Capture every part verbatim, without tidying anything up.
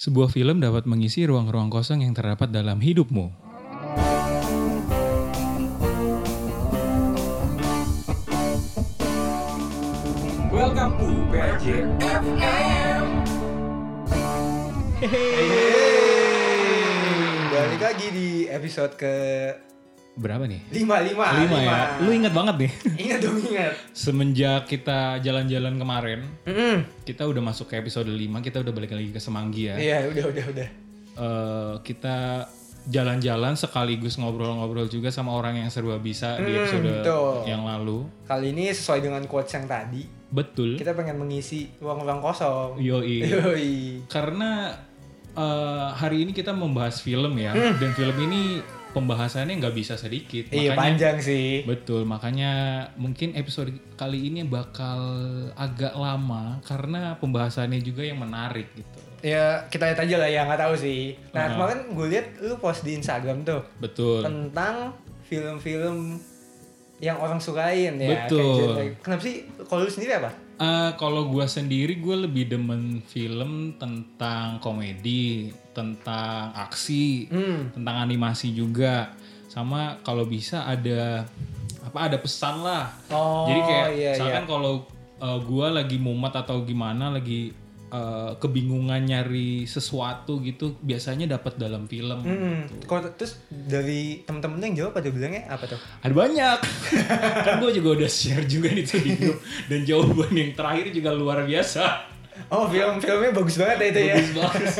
Sebuah film dapat mengisi ruang-ruang kosong yang terdapat dalam hidupmu. Welcome to P J F M. Hehehe. Balik lagi di episode ke Berapa nih? lima lima Lima ya? Lu ingat banget nih. Ingat dong, ingat. Semenjak kita jalan-jalan kemarin, Mm-mm. kita udah masuk ke episode lima, kita udah balik lagi ke Semanggi ya. Iya, udah udah udah. Uh, kita jalan-jalan sekaligus ngobrol-ngobrol juga sama orang yang serba bisa di Hmm, episode betul. yang lalu. Kali ini sesuai dengan quotes yang tadi, Betul. kita pengen mengisi ruang-ruang kosong. Yoi. Yoi. Karena uh, hari ini kita membahas film ya, dan film ini pembahasannya nggak bisa sedikit. Iya, panjang sih. Betul, makanya mungkin episode kali ini bakal agak lama karena pembahasannya juga yang menarik gitu. Ya kita lihat aja lah ya, nggak tahu sih. Nah Uh-huh. kemarin gue lihat lu post di Instagram tuh Betul. tentang film-film yang orang sukain ya. Betul. Kayak genre. Kenapa sih? Kalau lu sendiri apa? Uh, kalau gue sendiri gue lebih demen film tentang komedi, tentang aksi, Hmm. tentang animasi juga, sama kalau bisa ada apa ada pesan lah. Oh, Jadi kayak iya, misalkan iya. kalau uh, gue lagi mumet atau gimana, lagi uh, kebingungan nyari sesuatu gitu, biasanya dapat dalam film. Hmm. Gitu. Kalau terus dari temen-temen yang jawab pada bilangnya apa tuh? Ada banyak. Kan gue juga udah share juga nih tuh di grup, dan jawaban yang terakhir juga luar biasa. Oh, film-filmnya bagus banget ya itu ya. Bagus banget.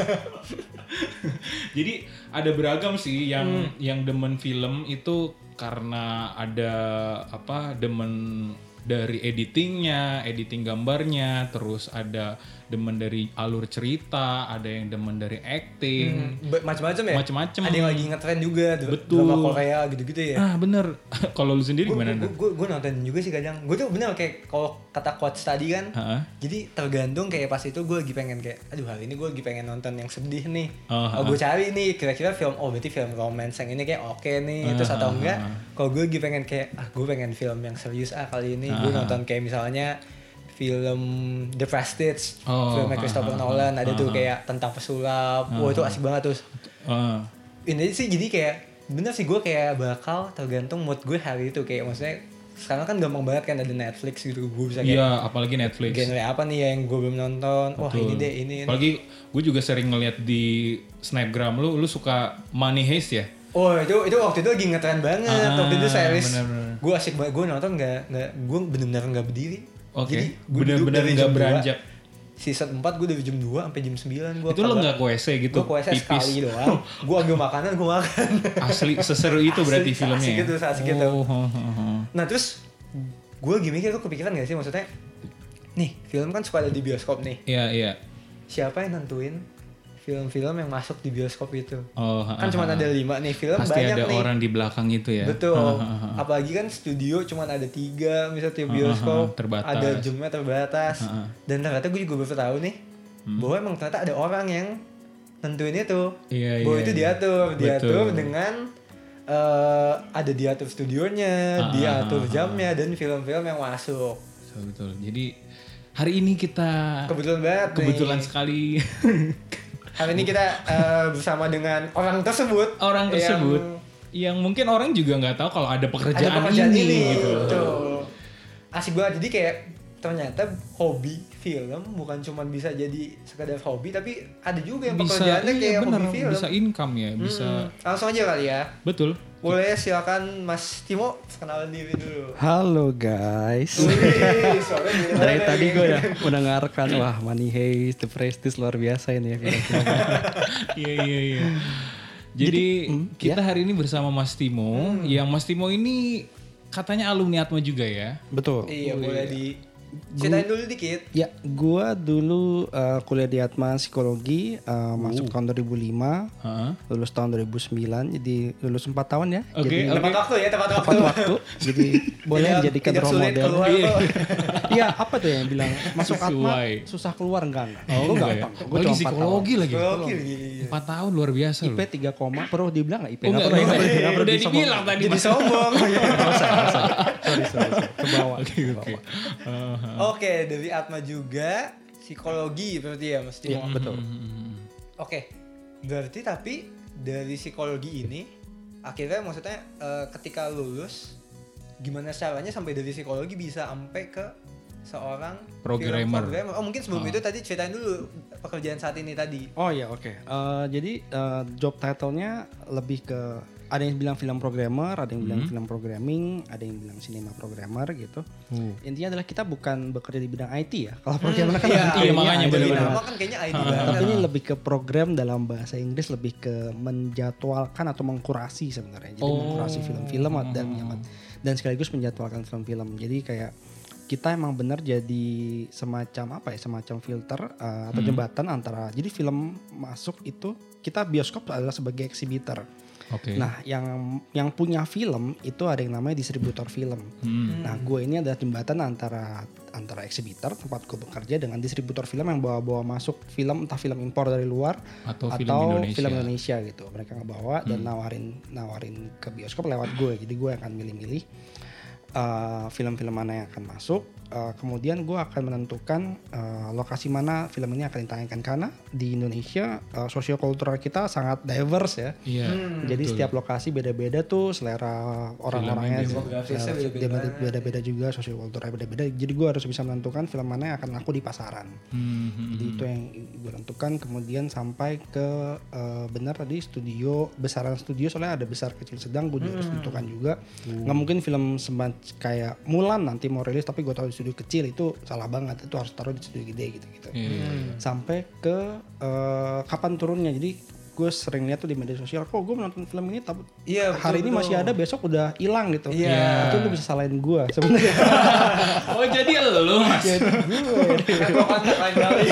Jadi ada beragam sih yang Hmm. yang demen film itu karena ada apa demen dari editingnya, editing gambarnya, terus ada demen dari alur cerita, ada yang demen dari acting, Hmm, ba- macam-macam ya. macem-macem. Ada yang lagi ngetren juga, dra- Betul. drama Korea gitu-gitu ya. Ah bener. Kalau lu sendiri gimana? Nat? Gue nonton juga sih kadang. Gue tuh bener kayak kalau kata quotes tadi kan. Ha-ha. Jadi tergantung kayak pas itu gue lagi pengen kayak, aduh hari ini gue lagi pengen nonton yang sedih nih. Oh, Oh, gue cari nih kira-kira film, oh berarti film romance yang ini kayak oke nih. Terus atau Ah, enggak, ah, ah. kalau gue lagi pengen kayak, ah gue pengen film yang serius ah kali ini. Gue Ah, ah. nonton kayak misalnya film The Prestige, Oh, film ah, Christopher ah, Nolan, ada ah, tuh ah. kayak tentang pesulap. Ah, Wah itu ah. asik banget tuh. Ah. Ini sih jadi kayak bener sih gue kayak bakal tergantung mood gue hari itu, kayak maksudnya sekarang kan gampang banget kan ada Netflix gitu, gue bisa kayak Iya, apalagi Netflix. genre apa nih yang gue belum nonton. Wah Betul. ini deh ini, ini. Apalagi gue juga sering ngeliat di snapgram lu, lu suka Money Heist ya? Oh itu itu waktu itu lagi ngetren banget. Ah, Waktu itu series bener-bener. gue asik banget, gue nonton nggak nggak gue benar-benar nggak berdiri. Oke, Jadi gue bener-bener nggak beranjak. Season empat gue dari jam dua sampai jam sembilan gue. Itu lo nggak ke W C gitu? Gue ke W C sekali doang. Gue ambil makanan gue makan. Asli seseru itu berarti Asik, filmnya asik ya? gitu, asik gitu. Oh, oh, oh, oh. Nah terus gue lagi mikir, tuh kepikiran gak sih maksudnya, nih film kan suka ada di bioskop nih. Iya, iya. Siapa yang nentuin film-film yang masuk di bioskop itu? Oh, ha, Kan ha, cuma ha. ada lima nih film, Pasti banyak ada nih. orang di belakang itu ya? Betul. Ha, ha, ha. Apalagi kan studio cuma ada tiga, misalnya tiap Ha, ha, ha. bioskop, Terbatas. ada jamnya terbatas. Ha, ha. Dan ternyata gue juga baru tahu nih, Hmm. bahwa emang ternyata ada orang yang nentuin itu. Iya, Bahwa iya, itu iya. diatur, diatur Betul. dengan eh, ada diatur studionya, Ha, ha, diatur ha, ha. jamnya, dan film-film yang masuk. Betul, betul. Jadi hari ini kita Kebetulan banget kebetulan nih. sekali Hari ini kita eh, bersama dengan orang tersebut. orang yang tersebut yang, mungkin orang juga nggak tahu kalau ada pekerjaan, ada pekerjaan ini, ini, gitu. Betul. Asik banget. Jadi kayak ternyata hobi film bukan cuma bisa jadi sekadar hobi, tapi ada juga yang Bisa, pekerjaannya iya, kayak bener, hobi film. bisa income ya, bisa. Hmm, langsung aja kali ya. Betul. Boleh silakan Mas Timo kenalan diri dulu. Halo guys. Wih, suaranya beda Dari banget tadi nih. gue udah mendengarkan, wah Money Heist, The Prestige luar biasa ini ya film-film. Iya iya iya. Jadi, hmm, kita hari ini bersama Mas Timo, yang Mas Timo ini katanya alumni Atma juga ya. Betul. Iya, boleh di ceritain dulu dikit. Ya, gue dulu uh, kuliah di Atma Psikologi, uh, masuk tahun dua ribu lima, Heeh. lulus tahun dua ribu sembilan, jadi lulus empat tahun ya. Oke, Jadi oke. Tepat waktu ya, tepat waktu. tepat waktu, jadi boleh Tidak- dijadikan tidak role sulit model. keluar Iya. kok. Iya, apa tuh yang bilang masuk Atma Sesuai. susah keluar enggak enggak? Oh, Gue enggak ya? gampang. Gue Apalagi cuma empat tahun. psikologi lagi. Gokil gini. Empat tahun luar biasa I P loh. tiga koma, perlu dibilang nggak I P? Oh, enggak, perlu, enggak, perlu, enggak, perlu udah disombong. dibilang tadi Jadi Mas. sombong. Nggak usah, nggak usah. Sorry, sorry, sorry. Kebawa. Oke oke. Oke, dari Atma juga psikologi berarti ya Mas Timo. Iya, betul. Oke, berarti tapi dari psikologi ini akhirnya maksudnya uh, ketika lulus gimana caranya sampai dari psikologi bisa sampai ke seorang Programmer. programmer. Oh mungkin sebelum Ah. itu tadi ceritain dulu pekerjaan saat ini tadi. Oh ya oke. Eh, jadi eh, job title-nya lebih ke ada yang bilang film programmer, ada yang bilang Hmm. film programming, ada yang bilang cinema programmer gitu. Oh. Intinya adalah kita bukan bekerja di bidang I T ya. Kalau programmer kan iya, I T iya, nya makanya I T. bener-bener. Nama kan kayaknya I D Nah, banget. tapi ini lebih ke program dalam bahasa Inggris, lebih ke menjadwalkan atau mengkurasi sebenarnya. Jadi Oh. mengkurasi film-film dan dan sekaligus menjadwalkan film-film. Jadi kayak kita emang benar jadi semacam apa ya, semacam filter uh, atau Hmm. jembatan antara jadi film masuk itu kita bioskop adalah sebagai exhibitor. Oke. Nah, yang yang punya film itu ada yang namanya distributor film. Hmm. Nah, gue ini adalah jembatan antara antara exhibitor tempat gue bekerja dengan distributor film yang bawa-bawa masuk film entah film impor dari luar Atau atau, film Indonesia. film Indonesia gitu. Mereka ngebawa dan nawarin nawarin ke bioskop lewat gue. Jadi gue akan milih-milih uh, film-film mana yang akan masuk. Uh, kemudian gue akan menentukan uh, lokasi mana film ini akan ditayangkan karena di Indonesia uh, sosiokultural kita sangat diverse ya. Iya. Hmm. Jadi betul. setiap lokasi beda-beda tuh selera orang-orangnya, Demografisnya selera- beda-beda. beda- beda-beda juga, sosiokulturnya beda-beda. Jadi gue harus bisa menentukan film mana yang akan laku di pasaran. Hmm, hmm, Jadi hmm. itu yang gue tentukan. Kemudian sampai ke uh, benar tadi studio, besaran studio soalnya ada besar kecil sedang gue juga harus tentukan juga. Nggak mungkin film sembac kayak Mulan nanti mau rilis tapi gue taruh di studio kecil itu salah banget. Itu harus taruh di studio gede gitu-gitu. Iya, iya, iya. Sampai ke uh, kapan turunnya. Jadi gue sering lihat tuh di media sosial, kok gue menonton film ini tapi Iya, betul, hari ini betul. masih ada, besok udah hilang gitu. Iya. Itu lu bisa salahin gue sebenarnya. Oh jadi lu mas? Jadi gue Kan gua kontak lain kali.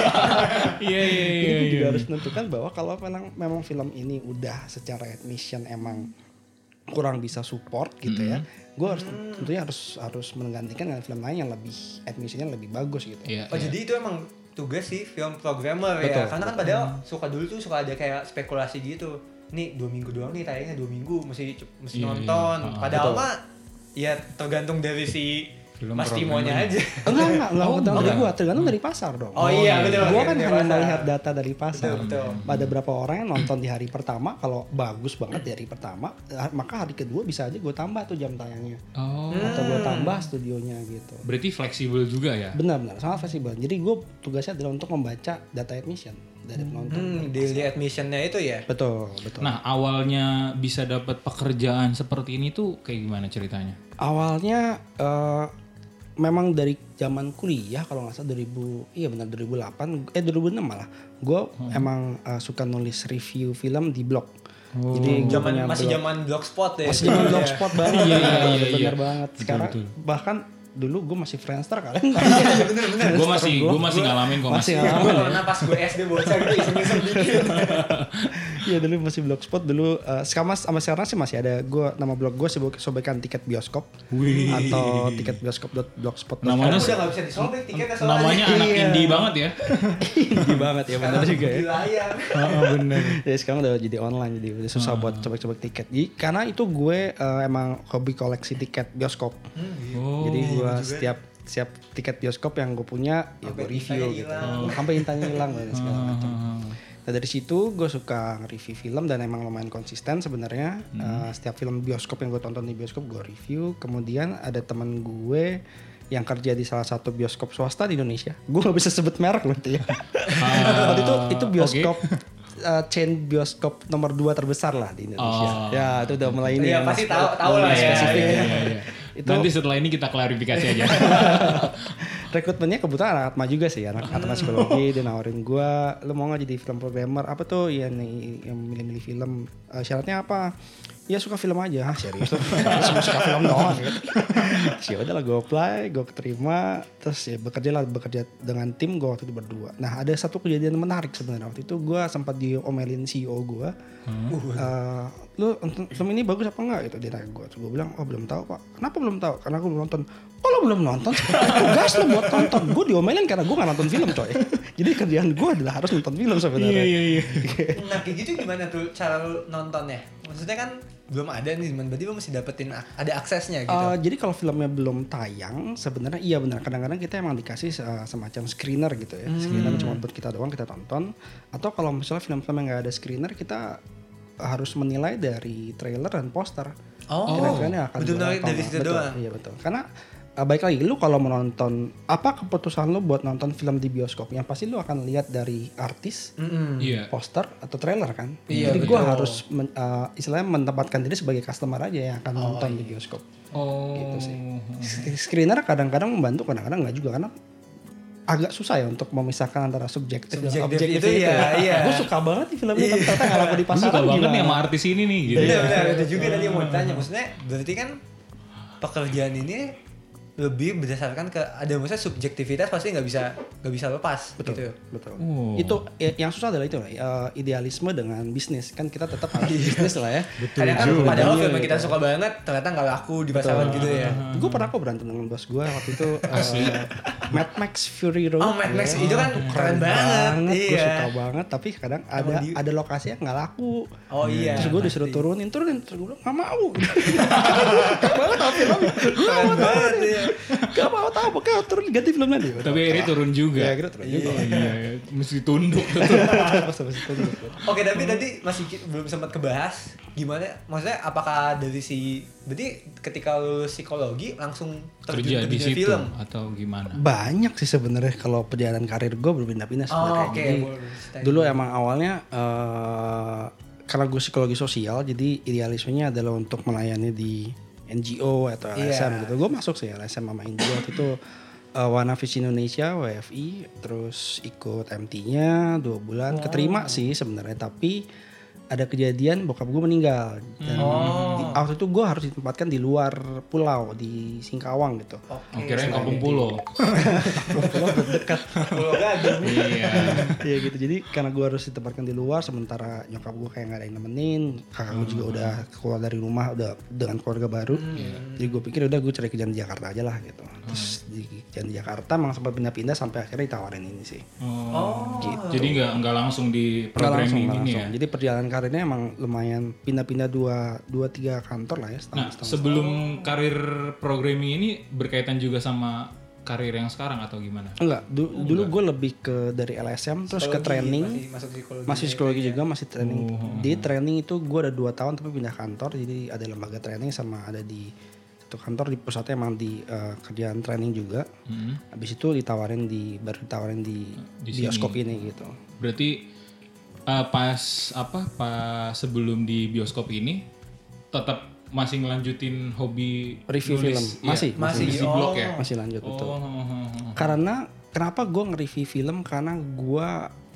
Iya iya Jadi iya. gue juga iya. harus menentukan bahwa kalau memang memang film ini udah secara admission emang kurang bisa support gitu ya, gue harus tentunya harus harus menggantikan dengan film lain yang lebih admissionnya lebih bagus gitu. Iya. Oh iya. jadi itu emang tugas sih film programmer Betul, ya. Karena kan padahal suka dulu tuh suka ada kayak spekulasi gitu. Nih dua minggu doang nih tayangnya dua minggu mesti mesti Iya, nonton. iya. Ah, Padahal betul. mah ya tergantung dari si Film Mas programmer. Timonya aja. Enggak enggak enggak Oh, tergantung dari enggak. gue, tergantung dari pasar dong. Oh, iya betul. Gue kan Dari hanya pasar. melihat data dari pasar. Betul, betul. Ada berapa orang yang nonton di hari pertama, kalau bagus banget di hari pertama, eh, maka hari kedua bisa aja gue tambah tuh jam tayangnya. Oh. Atau gue tambah studionya gitu. Berarti fleksibel juga ya? Benar-benar sangat fleksibel. Jadi gue tugasnya adalah untuk membaca data admission dari penonton. Hmm, daily admissionnya itu ya. Betul, betul. Nah awalnya bisa dapat pekerjaan seperti ini tuh kayak gimana ceritanya? Awalnya eh, memang dari zaman kuliah kalau nggak salah dua ribu, iya benar dua ribu delapan, eh dua ribu enam malah. Gue emang eh, suka nulis review film di blog. Jadi gua Zaman punya masih blog. zaman blogspot ya. masih zaman Iya. blogspot banget. Iya, iya, iya, bener iya. banget. Sekarang betul. bahkan dulu gue masih Friendster kalian. Gue masih gue masih ngalamin kok mas. masih Gue ngalamin. pernah pas gue S D bocah gitu iseng-iseng dikit. Iya dulu masih blogspot dulu. Uh, sekarang sama sekarang sih masih ada. Gue nama blog gue sobekan tiket bioskop. Wih. Atau tiket bioskop dot blogspot. Namanya Udah nggak bisa disobek tiketnya soalnya. Namanya anak Iya. indie banget ya. Tinggi banget ya benar juga ya. Di layar. Oh, bener. Jadi sekarang udah jadi online, jadi udah susah buat cobek-cobek tiket. Jadi karena itu gue uh, emang hobi koleksi tiket bioskop. Oh. Jadi gue juga. setiap setiap tiket bioskop yang gue punya ya Sampai gue review tintanya gitu. hilang. Sampai intanya hilang dan segala macam. Ah. Nah dari situ gue suka nge-review film dan emang lumayan konsisten sebenarnya. Uh, setiap film bioskop yang gue tonton di bioskop gue review. Kemudian ada teman gue yang kerja di salah satu bioskop swasta di Indonesia. Gue gak bisa sebut merek loh itu ya. Ah, Waktu itu itu bioskop oke. uh, chain bioskop nomor dua terbesar lah di Indonesia. Oh. Ya itu udah mulai ini. Iya yang pasti mas- tahu tahu lah ya. spesifik Iya. ya. Iya, iya. Itu- Nanti setelah ini kita klarifikasi aja. Rekrutmennya kebetulan anak Atma juga sih, anak Atma psikologi. Dia nawarin gue, lu mau gak jadi film programmer? Apa tuh ya nih yang milih-milih film? Eh, syaratnya apa? Ya suka film aja. Hah, serius tuh? Cuma suka film doang gitu. Terus ya udahlah gue apply, gue keterima. Terus ya bekerja lah, bekerja dengan tim gue waktu itu berdua. Nah ada satu kejadian menarik sebenarnya waktu itu. Gue sempat diomelin C E O gue. Eh, lu nonton film ini bagus apa enggak gitu, dia nanya gue. Terus gue bilang, oh belum tahu pak. Kenapa belum tahu? Karena aku belum nonton. Oh lo belum nonton? Gas lo buat nonton. Gue diomelin karena gue gak nonton film coy. Jadi kerjaan gue adalah harus nonton film sebenarnya. Iya iya iya. Nah kayak gitu gimana tuh cara lu nontonnya? Maksudnya kan belum ada nih, berarti lu mesti dapetin ak- ada aksesnya gitu. Uh, jadi kalau filmnya belum tayang, sebenarnya iya benar. Kadang-kadang kita emang dikasih uh, semacam screener gitu ya. Hmm. Screener cuma buat kita doang, kita tonton. Atau kalau misalnya film-film yang nggak ada screener, kita harus menilai dari trailer dan poster. Oh, Kira-kira ini akan betul-betul berapa, dari situ betul, doang. Iya betul. Karena uh, baik lagi, lu kalau menonton, apa keputusan lu buat nonton film di bioskop? Yang pasti lu akan lihat dari artis, Mm-mm. Iya. poster atau trailer kan. Iya, Jadi gue betul. harus men- uh, istilahnya menempatkan diri sebagai customer aja yang akan nonton di bioskop. Oh. Gitu sih. Screener kadang-kadang membantu, kadang-kadang nggak juga, karena agak susah ya untuk memisahkan antara subjektif dan Subjektif objektif itu ya, iya. Gue suka banget nih filmnya, tapi ternyata nggak laku di Gue pasaran. suka banget gimana? nih sama artis ini nih gitu. Iya benar, itu juga tadi yang mau ditanya. Maksudnya berarti kan pekerjaan ini lebih berdasarkan ke ada maksudnya subjektivitas pasti nggak bisa nggak bisa lepas Betul, gitu. betul. Oh. Itu ya, yang susah adalah itu uh, idealisme dengan bisnis, kan kita tetap harus bisnis lah ya. Kadang kan juga. padahal Iya, film yang kita gitu. suka banget ternyata nggak laku di pasaran gitu ya. Gue pernah kok berantem dengan bos gue waktu itu. Asli. uh, Mad Max Fury Road. Oh, Mad Max Ya, itu kan keren banget. Gue Iya. suka banget, tapi kadang ada di- ada lokasi yang nggak laku. Oh iya. Terus gue disuruh turunin, turunin, terus gue bilang nggak mau. Gak banget tau filmnya. Gue Keren banget ya. gak mau tau, pokoknya turun ganti film nanti. Tapi akhirnya turun juga. Ya akhirnya turun juga. Iya, mesti tunduk. Pas habis itu gitu. Oke, tapi tadi masih ki- belum sempat kebahas gimana maksudnya apakah dari si berarti ketika lulus psikologi langsung terjun Kerja ke di dunia situ film. atau gimana? Banyak sih sebenarnya kalau perjalanan karir gue berpindah-pindah sebenarnya. Oh, oke. Jadi, boleh ceritain. dulu emang awalnya eh, karena gue psikologi sosial, jadi idealismenya adalah untuk melayani di N G O atau L S M Iya. gitu. Gue masuk sih L S M sama N G O waktu itu uh, Wana Visi Indonesia W F I, terus ikut M T-nya dua bulan, keterima sih sebenarnya, tapi ada kejadian bokap gue meninggal dan Oh. di- waktu itu gue harus ditempatkan di luar pulau di Singkawang gitu. Oke. Kirain kampung pulau. Pulau dekat. Pulau Gadung. Iya. Iya gitu, jadi karena gue harus ditempatkan di luar sementara nyokap gue kayak nggak ada yang nemenin, kakak gue juga udah keluar dari rumah udah dengan keluarga baru, jadi gue pikir udah gue cari kerjaan di Jakarta aja lah gitu. Terus di kerjaan di Jakarta emang sempat pindah-pindah sampai akhirnya ditawarin ini sih. Oh. Oh. Jadi nggak nggak langsung di Nggak langsung, programming nggak ini langsung. ya. Jadi perjalanan karirnya emang lumayan pindah-pindah dua dua tiga kantor lah ya setahun. Nah, setahun. sebelum karir programming ini berkaitan juga sama karir yang sekarang atau gimana? Enggak, du- dulu gue lebih ke dari L S M terus ke Psikologi, training. masih masuk psikologi. Masih psikologi juga, masih training. Oh. Di training itu gue ada dua tahun tapi pindah kantor, jadi ada lembaga training sama ada di satu kantor di pusatnya emang di uh, kerjaan training juga. Hmm. Habis itu ditawarin di baru ditawarin di, Di bioskop sini. ini gitu. Berarti uh, pas apa pas sebelum di bioskop ini tetap masih ngelanjutin hobi Review nulis, film. iya, Masih, masih. nulis di Oh. blog ya. Masih lanjut betul. Oh, oh, oh, oh. Karena kenapa gue nge-review film, karena gue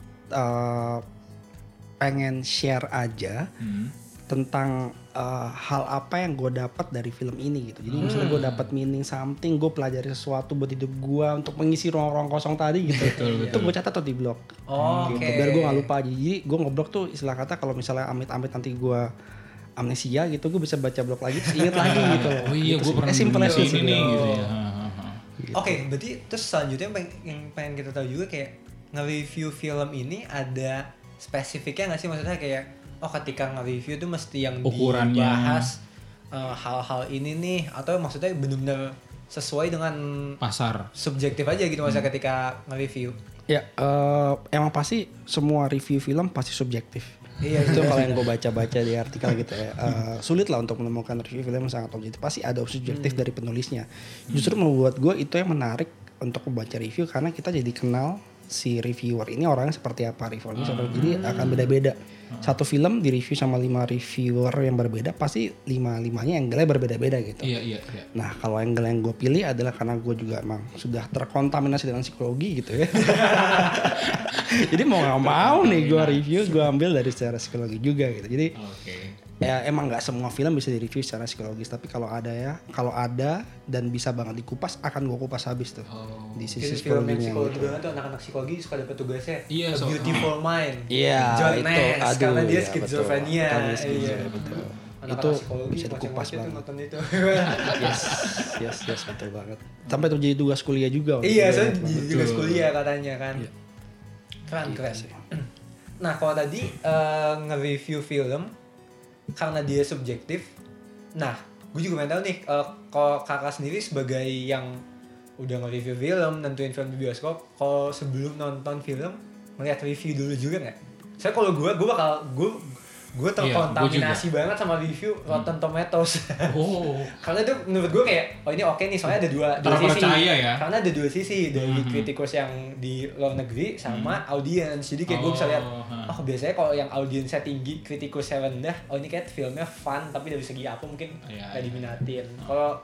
uh, pengen share aja Hmm. tentang uh, hal apa yang gue dapat dari film ini gitu. Jadi misalnya gue dapat meaning something, gue pelajari sesuatu buat hidup gue untuk mengisi ruang-ruang kosong tadi gitu. Betul, Itu gue catat tuh di blog. Oh, Gitu. oke. Biar gue nggak lupa aja. Jadi gue ngeblog tuh istilah kata kalau misalnya amit-amit nanti gue amnesia gitu, gue bisa baca blog lagi terus inget lagi gitu. Oh iya, Gitu gue sih. pernah Eh, simple nulis aja ini sih. nih gitu. gitu ya. Ha, ha, ha. Oke, berarti terus selanjutnya yang pengen, yang pengen kita tahu juga kayak nge-review film ini ada spesifiknya nggak sih? Maksudnya kayak oh ketika nge-review tuh mesti yang Ukurannya. dibahas eh, hal-hal ini nih, atau maksudnya benar-benar sesuai dengan Pasar. subjektif aja gitu maksudnya ketika nge-review. Ya eh, emang pasti semua review film pasti subjektif. Iya, Itu kalau yang gue baca-baca di artikel gitu ya, eh, sulit lah untuk menemukan review film yang sangat objektif. Pasti ada subjektif dari penulisnya. Justru membuat gue itu yang menarik untuk membaca review, karena kita jadi kenal si reviewer ini orangnya seperti apa, reviewer ini seperti, jadi akan beda-beda. Satu film di review sama lima reviewer yang berbeda, pasti lima-limanya angle-nya berbeda-beda gitu. Iya, iya, iya. Nah kalau angle yang gue pilih adalah karena gue juga emang sudah terkontaminasi dengan psikologi gitu ya. Jadi mau nggak mau nih gue review, gue ambil dari secara psikologi juga gitu. Jadi Oke. ya emang nggak semua film bisa direview secara psikologis, tapi kalau ada ya, kalau ada dan bisa banget dikupas, akan gue kupas habis tuh Oh. di Jadi sisi film yang psikologinya. psikologi gitu. banget tuh anak-anak psikologi suka dapat tugasnya Iya, A so- Beautiful Mind. Iya John itu, Nash, aduh, karena dia ya, skizofrenia. betul. Karena dia Iya. skizofrenia, betul. Anak-anak Itu psikologi bisa dikupas macam-macam tuh banget. nonton itu. Yes, yes, yes, betul banget. Sampai tuh jadi tugas kuliah juga. waktu Iya, itu. soalnya di tugas kuliah katanya kan. Iya. Keren, Gitu keren. sih. Nah, kalau tadi eh, nge-review film, karena dia subjektif. Nah, gue juga pengen tahu nih, uh, kalau kakak sendiri sebagai yang udah nge-review film, nentuin film di bioskop, kalau sebelum nonton film ngeliat review dulu juga nggak? Saya kalau gue, gue bakal gue gue terkontaminasi iya, banget sama review Rotten Tomatoes. Oh. Karena itu menurut gue kayak, oh ini oke nih, soalnya ada dua, dua sisi. Ya? Karena ada dua sisi dari mm-hmm. kritikus yang di luar negeri sama mm. audiens. Jadi kayak oh, gue bisa lihat, oh biasanya kalau yang audiensnya tinggi, kritikusnya rendah, oh ini kayak filmnya fun, tapi dari segi apa mungkin yeah, gak diminatin. Yeah. Kalau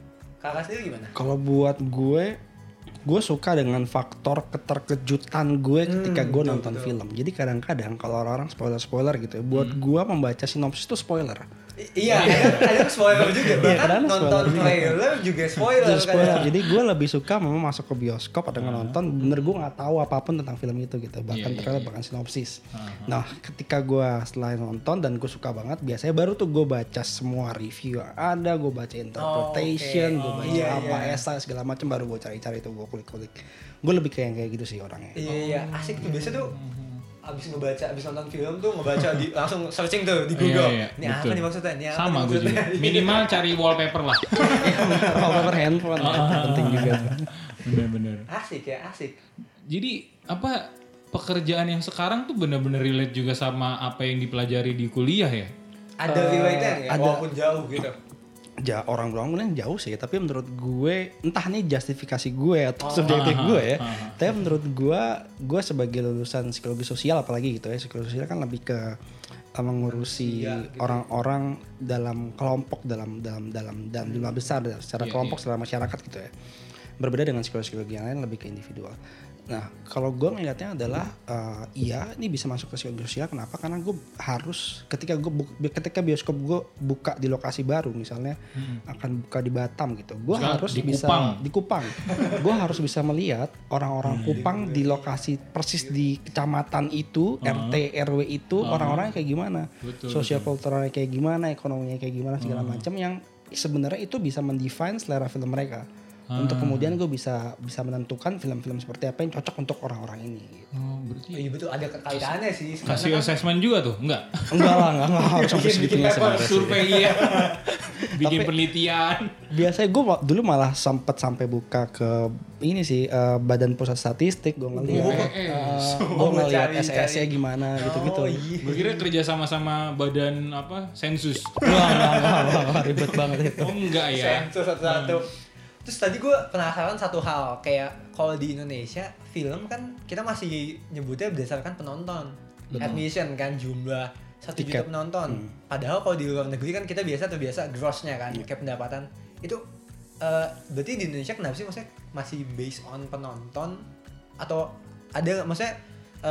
kakak sendiri gimana? Kalau buat gue, gue suka dengan faktor keterkejutan gue ketika gue hmm, nonton betul. film. Jadi kadang-kadang kalau orang-orang spoiler-spoiler gitu ya, buat hmm. gue membaca sinopsis itu spoiler. I- iya, kadang spoiler juga. Bahkan nonton trailer juga spoiler. spoiler. Jadi gue lebih suka memang masuk ke bioskop atau uh-huh. nonton, bener gue nggak tahu apapun tentang film itu gitu, bahkan yeah, trailer, yeah, bahkan sinopsis. Uh-huh. Nah, ketika gue setelah nonton dan gue suka banget, biasanya baru tuh gue baca semua review yang ada, gue baca interpretation, oh, okay. gue baca oh, apa yeah. esai segala macam, baru gue cari-cari itu, gue kulik-kulik. Gue lebih kayak kayak gitu sih orangnya. Iya, iya, asik tuh biasa tuh. Abis ngebaca, abis nonton film tuh ngebaca di, langsung searching tuh di Google. Iya, iya, ini betul. Apa nih maksudnya? Ini apa sama nih gue juga. Minimal cari wallpaper lah. Wallpaper handphone ya, penting juga. Bener-bener. Asik ya, asik. Jadi apa pekerjaan yang sekarang tuh bener-bener relate juga sama apa yang dipelajari di kuliah ya? Ada uh, relate-nya ya, ada, walaupun jauh gitu. Ja, orang bilang bilang jauh sih, tapi menurut gue entah nih justifikasi gue atau oh, subjektif gue ya. Ah, ah, tapi menurut gue, gue sebagai lulusan psikologi sosial apalagi gitu ya, psikologi sosial kan lebih ke uh, mengurusi ya, gitu. Orang-orang dalam kelompok, dalam dalam dalam dalam jumlah besar secara yeah, kelompok, yeah. secara masyarakat gitu ya. Berbeda dengan psikologi yang lain lebih ke individual. Nah, kalau gue ngeliatnya adalah uh, iya, ini bisa masuk ke psikologi sosial. Kenapa? Karena gue harus ketika gue bu- ketika bioskop gue buka di lokasi baru, misalnya hmm. akan buka di Batam gitu, gue harus di bisa Kupang. di Kupang. Gue harus bisa melihat orang-orang hmm. Kupang di lokasi persis di kecamatan itu, uh-huh. R T R W itu, uh-huh. orang-orangnya kayak gimana, sosial kulturalnya kayak gimana, ekonominya kayak gimana, segala uh-huh. macam yang sebenarnya itu bisa mendefine selera film mereka. Hmm. Untuk kemudian gue bisa bisa menentukan film-film seperti apa yang cocok untuk orang-orang ini. Gitu. Oh, berarti. Iya betul, ada kaitannya sih. Kasih assessment juga tuh, enggak? Enggak lah, enggak, enggak harus sampai segitunya sebenarnya. Survei iya. Bikin penelitian. Biasanya gue dulu malah sempat sampai buka ke ini sih uh, Badan Pusat Statistik, gue ngeliat, oh, eh, uh, so, gue ngeliat S E S-nya gimana gitu-gitu. Oh, iya. Gue kira kerja sama-sama badan apa sensus. Wah, enggak, enggak, enggak, ribet banget itu. Oh enggak ya. Sensus satu-satu. Hmm. Terus tadi gue penasaran satu hal, kayak kalau di Indonesia film kan kita masih nyebutnya berdasarkan penonton, betul. Admission kan, jumlah satu juta penonton. Hmm. Padahal kalau di luar negeri kan kita biasa terbiasa grossnya kan, yeah. kayak pendapatan. Itu uh, berarti di Indonesia kenapa sih maksudnya masih based on penonton atau ada maksudnya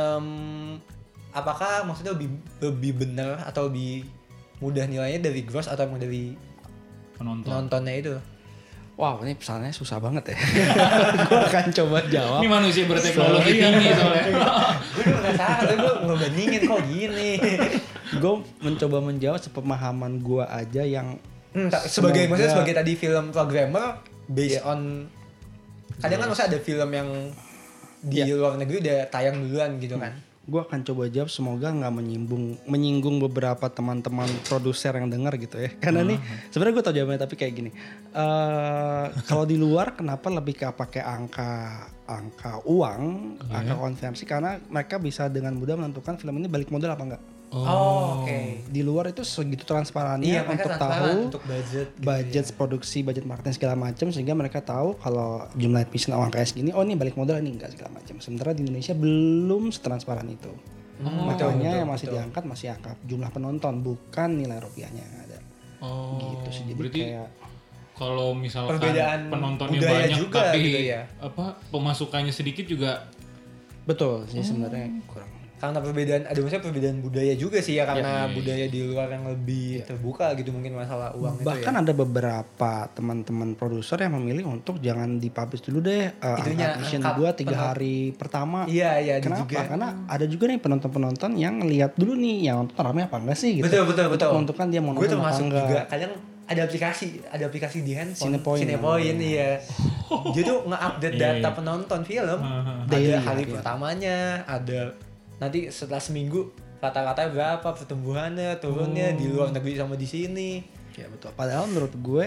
um, apakah maksudnya lebih lebih benar atau lebih mudah nilainya dari gross atau emang dari penonton. penontonnya itu? Wow, ini pesannya susah banget ya. Gue akan coba jawab. Ini manusia berteknologi tinggi soalnya. Gue juga gak salah, tapi gue ngebandingin kok gini. Gue mencoba menjawab sepemahaman gue aja yang hmm, sebagai semoga... maksudnya sebagai tadi film programmer based yeah. on kadang kan maksudnya ada film yang di yeah. luar negeri udah tayang duluan gitu kan. Gue akan coba jawab, semoga nggak menyinggung menyinggung beberapa teman-teman produser yang dengar gitu ya, karena uh-huh. nih sebenarnya gue tau jawabannya tapi kayak gini, uh, kalau di luar kenapa lebih ke pakai angka angka uang, uh-huh. angka konversi, karena mereka bisa dengan mudah menentukan film ini balik modal apa enggak. Oh, oh oke. Okay. Di luar itu segitu transparannya iya, untuk transparan tahu untuk budget, gitu budget ya. Produksi, budget marketing segala macam, sehingga mereka tahu kalau jumlah admission orang kayak segini, oh ini balik modal, ini enggak segala macam. Sementara di Indonesia belum setransparan itu. Oh, makanya betul, yang masih betul. diangkat masih angka jumlah penonton, bukan nilai rupiahnya yang ada. Oh, gitu sih. Jadi berarti kayak kalau misalkan perbedaan penontonnya banyak juga, tapi gitu ya. apa pemasukannya sedikit juga betul sih oh. sebenarnya kurang. Karena perbedaan, ada maksudnya perbedaan budaya juga sih ya, karena ya, ya, budaya di luar yang lebih ya. terbuka gitu mungkin masalah uang itu ya. Bahkan ada beberapa teman-teman produser yang memilih untuk jangan dipublish dulu deh uh, admission gue tiga penont- hari pertama. Iya iya. Kenapa? Juga. Karena ada juga nih penonton-penonton yang ngelihat dulu nih yang nonton ramai apa enggak sih gitu. Betul betul betul. Untuk menentukan dia mau nonton apa enggak. Juga kadang ada aplikasi, ada aplikasi di handphone. Cinepoint. Cinepoint iya. Jadi tuh nge-update data yeah, yeah. penonton film. Uh-huh. Ada hari yeah. pertamanya, ada nanti setelah seminggu rata-rata berapa pertumbuhannya, turunnya Oh. di luar negeri sama di sini. Ya betul. Padahal menurut gue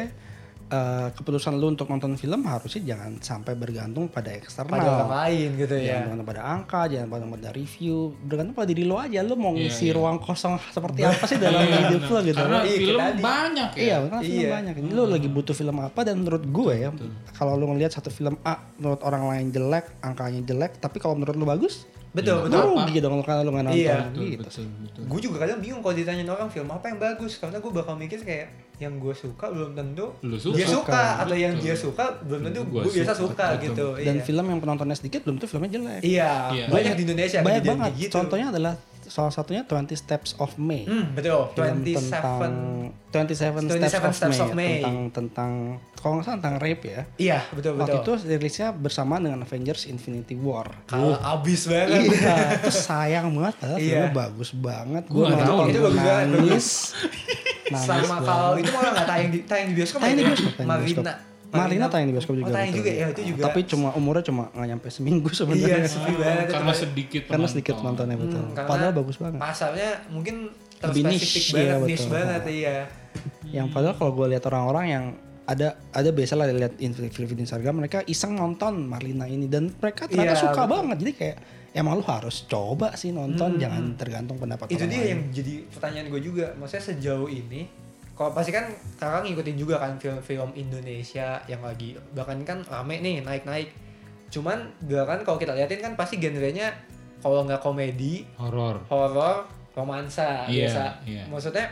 uh, keputusan lu untuk nonton film harusnya jangan sampai bergantung pada eksternal. Pada orang lain gitu Jangan ya. bergantung pada angka, jangan bergantung pada review, bergantung pada diri lo aja. Lu mau Iya, ngisi iya. ruang kosong seperti apa sih dalam Iya, hidup benar. lo gitu. Karena Iya, film tadi. banyak ya. Iya, karena film Iya. banyak. Ini lo lagi butuh film apa dan menurut gue ya, kalau lu ngelihat satu film A menurut orang lain jelek, angkanya jelek, tapi kalau menurut lu bagus, Betul, Iya, betul. apa? rugi dong kalau lu nggak nonton Iya. Betul, gitu. betul, betul. Gue juga kadang bingung kalau ditanyain orang film apa yang bagus, karena gue bakal mikir kayak yang gue suka belum tentu Lu suka. dia suka, atau yang Betul. dia suka belum tentu Gua gue biasa suka, suka betul. gitu. Dan iya. film yang penontonnya sedikit belum tentu filmnya jelek. Iya, Iya. banyak di Indonesia Banyak kejadian banget. kayak gitu. Contohnya adalah salah satunya twenty Steps of May. Hmm, betul. Film twenty-tujuh tentang twenty-seven twenty-seven Steps, of, Steps May, of May. tentang tentang kalau nggak salah tentang rape ya. Iya, betul Waktu betul. itu rilisnya bersamaan dengan Avengers Infinity War. Kalau abis banget. Iya, itu sayang banget padahal Iya. filmnya bagus banget. Gua nggak tahu. Itu bagus banget, nangis. nangis Sama banget. kalau itu malah nggak tayang di tayang di bioskop. Tayang di ya? bioskop, tayang di bioskop. Marina. Marina tayang di bioskop juga. Oh, tayang betul. juga ya, itu juga. Tapi cuma umurnya cuma nggak nyampe seminggu Iya, sebenarnya. sepi banget. itu, Karena Pak. sedikit Karena sedikit penonton. penontonnya betul. Hmm, karena Padahal bagus banget. Pasarnya mungkin Lebih terspesifik niche, banget, iya, niche betul. banget iya. Yang padahal kalau gue lihat orang-orang yang ada ada biasa lah lihat in- video di Instagram mereka iseng nonton Marlina ini dan mereka ternyata Iya, suka betul. banget. Jadi kayak emang lu harus coba sih nonton, Hmm. jangan tergantung pendapat Itu orang dia lain. yang jadi pertanyaan gue juga. Maksudnya sejauh ini, kalau pasti kan kakak ngikutin juga kan film-film Indonesia yang lagi bahkan kan rame nih naik-naik. Cuman bahkan kalau kita liatin kan pasti genrenya kalau nggak komedi, Horor. horor, romansa Iya, biasa. iya. Maksudnya